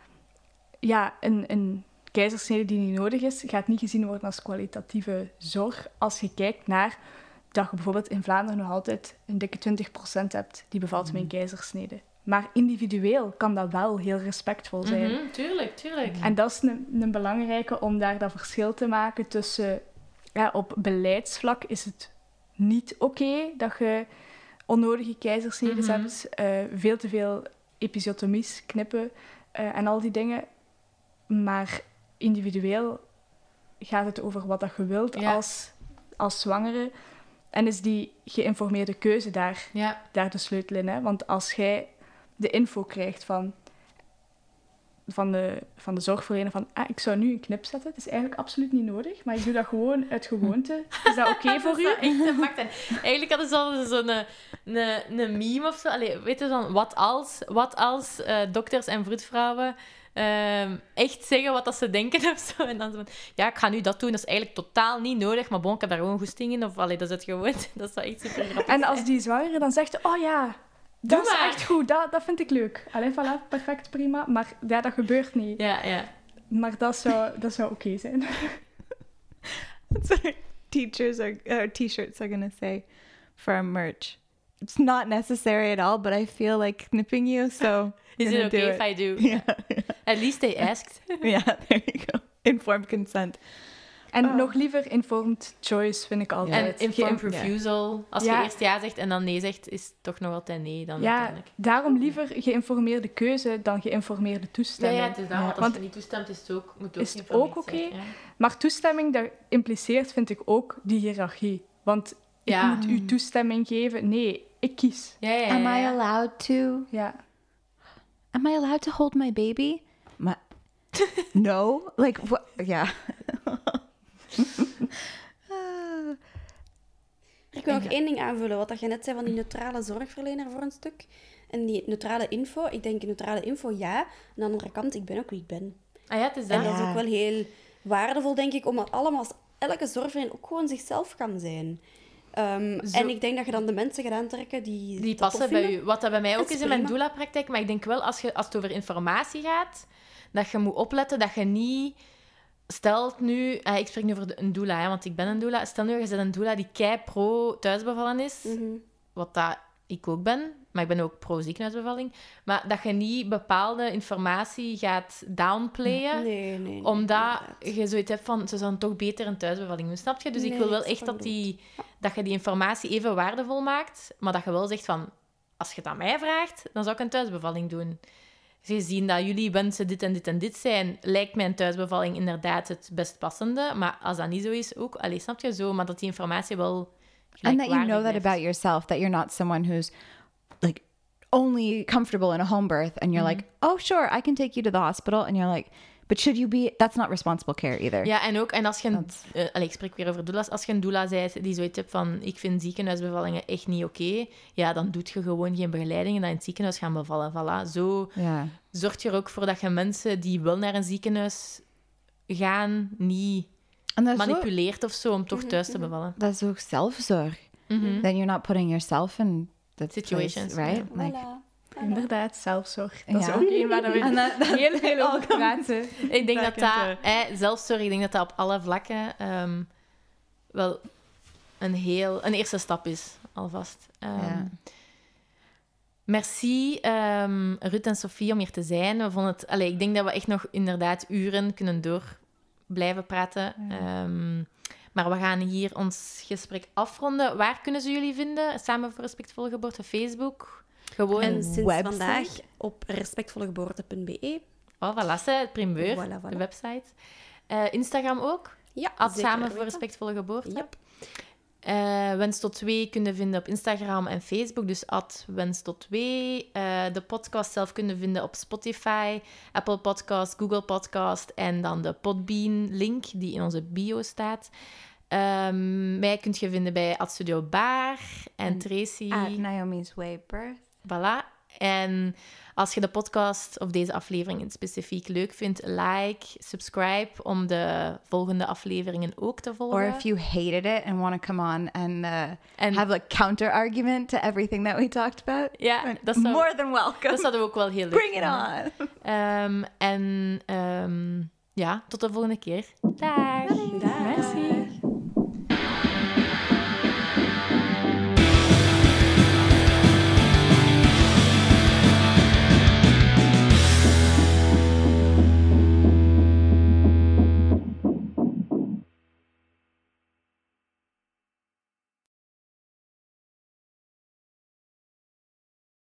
ja, een, een keizersnede die niet nodig is, gaat niet gezien worden als kwalitatieve zorg. Als je kijkt naar dat je bijvoorbeeld in Vlaanderen nog altijd een dikke twintig procent hebt die bevalt met een keizersnede. Maar individueel kan dat wel heel respectvol zijn. Mhm, tuurlijk, tuurlijk. En dat is een, een belangrijke om daar dat verschil te maken tussen... Ja, op beleidsvlak is het niet oké dat je onnodige keizersnedes Mhm. hebt, eh, veel te veel episiotomies, knippen eh, en al die dingen. Maar individueel gaat het over wat dat je wilt Ja. als, als zwangere. En is die geïnformeerde keuze daar, Ja, daar de sleutel in. Hè? Want als jij de info krijgt van, van, de, van de zorgverlener van ah, ik zou nu een knip zetten, het is eigenlijk absoluut niet nodig, maar ik doe dat gewoon uit gewoonte. Is dat oké voor u? dat is echt een macht. En eigenlijk hadden ze al zo'n een, een, een meme of zo. Allee, weet je dan, wat als, wat als eh, dokters en vroedvrouwen ehm, echt zeggen wat dat ze denken of zo. En dan zo van, ja, ik ga nu dat doen, dat is eigenlijk totaal niet nodig, maar bon, ik heb daar gewoon goesting in. Of allee, dat is het gewoon. Dat zou echt super grappig En als zijn. die zwangere dan zegt, oh ja, dat Doe is maar. echt goed, dat, dat vind ik leuk. Allee, voilà, perfect, prima. Maar ja, dat gebeurt niet. Ja, ja. Maar dat zou, dat zou oké zijn. That's what teachers are, or t-shirts are gonna say for our merch. It's not necessary at all, but I feel like knipping you, so Is gonna it do okay it. if I do? Yeah, At least they asked. yeah, there you go. Informed consent. En Oh. nog liever informed choice, vind ik altijd. En informed Geïn- refusal. Als Ja. je eerst ja zegt en dan nee zegt, is het toch nog altijd nee dan Ja, uiteindelijk. daarom liever geïnformeerde keuze dan geïnformeerde Ja, toestemming. ja, het is dat. Want als Want je niet toestemt, is het ook, moet ook is het geïnformeerd ook zijn, oké? ja. Maar toestemming, dat impliceert, vind ik ook, die hiërarchie. Want ik Ja. moet u toestemming geven. Nee, ik kies. Ja, ja, ja, Am I ja. allowed to? Ja. Am I allowed to hold my baby? My... No? Like, what? Yeah. Ik wil nog één ding aanvullen, wat dat je net zei van die neutrale zorgverlener voor een stuk. En die neutrale info, ik denk neutrale info ja. Aan de andere kant, ik ben ook wie ik ben. Ah ja, het is dat. En dat is Ja. ook wel heel waardevol, denk ik, omdat allemaal, als elke zorgverlener ook gewoon zichzelf kan zijn. Um, Zo- en ik denk dat je dan de mensen gaat aantrekken die Die dat passen tof bij vinden. u. Wat dat bij mij ook Dat is is in mijn prima. doula-praktijk, maar ik denk wel, als, je, als het over informatie gaat, dat je moet opletten dat je niet... Stelt nu... eh, ik spreek nu over de- een doula, hè, want ik ben een doula. Stel nu, je bent een doula die kei pro thuisbevallen is, Mhm. wat dat ik ook ben, maar ik ben ook pro ziekenhuisbevalling, maar dat je niet bepaalde informatie gaat downplayen, Nee, nee, nee. omdat inderdaad. je zoiets hebt van, ze zouden toch beter een thuisbevalling doen, snap je? Dus ik Nee, wil wel ik snap echt wat dat, je die, dat je die informatie even waardevol maakt, maar dat je wel zegt van, als je het aan mij vraagt, dan zou ik een thuisbevalling doen. Gezien dat jullie wensen dit en dit en dit zijn, lijkt mij een thuisbevalling inderdaad het best passende, maar als dat niet zo is, ook, allee, snap je zo, maar dat die informatie wel And that you gelijkwaardig know that blijft. about yourself, that you're not someone who's like only comfortable in a home birth and you're like, oh, sure, I can take you to the hospital. And you're like, but should you be, that's not responsible care either. Ja, en ook, en als je een, Dat- eh, allee, ik spreek weer over doula's, als je een doula bent die zoiets hebt van, ik vind ziekenhuisbevallingen echt niet oké, ja, dan doet je gewoon geen begeleiding en dan in het ziekenhuis gaan bevallen. Voilà. Zo Yeah. zorg je er ook voor dat je mensen die wel naar een ziekenhuis gaan, niet En dat is, ook, manipuleert of zo om toch thuis te bevallen. dat is ook zelfzorg. Mhm. Then you're not putting yourself in that Situations, place, right? ja. Like, Voilà. Inderdaad, zelfzorg. Dat Ja. is ook een waar we En dat- dat- heel veel over praten. Ik denk dat dat, kunt, eh, zelfzorg, ik denk dat dat op alle vlakken ehm, wel een heel, een eerste stap is, alvast. Ehm, Ja. Merci, ehm, Ruth en Sophie, om hier te zijn. We vonden het, allee, ik denk dat we echt nog inderdaad uren kunnen door blijven praten. Ehm, maar we gaan hier ons gesprek afronden. Waar kunnen ze jullie vinden? Samen voor Respectvolle Geboorte, Facebook? Gewoon... En sinds website? vandaag op respectvollegeboorte punt b e. Oh, voilà, ze, het primeur, Voilà, voilà. de website. Eh, Instagram ook? Ja, At zeker Samen voor weten. Respectvolle Geboorte. Yep. Eh, Wens tot twee kun je vinden op Instagram en Facebook, dus at Wens tot twee. Eh, de podcast zelf kun je vinden op Spotify, Apple Podcast, Google Podcast en dan de Podbean-link die in onze bio staat. Ehm, mij kunt je vinden bij Ad Studio Bar en En Tracy. At Naomi's Way Birth. Voilà. En als je de podcast of deze aflevering in het specifiek leuk vindt, like, subscribe om de volgende afleveringen ook te volgen. Or if you hated it and want to come on and uh, En- have a counter argument to everything that we talked about, Ja, then dat zou, more than welcome. dat zouden we ook wel heel leuk Bring it vinden. on. Ehm, en ehm, ja, tot de volgende keer. Dag. Dag. Merci.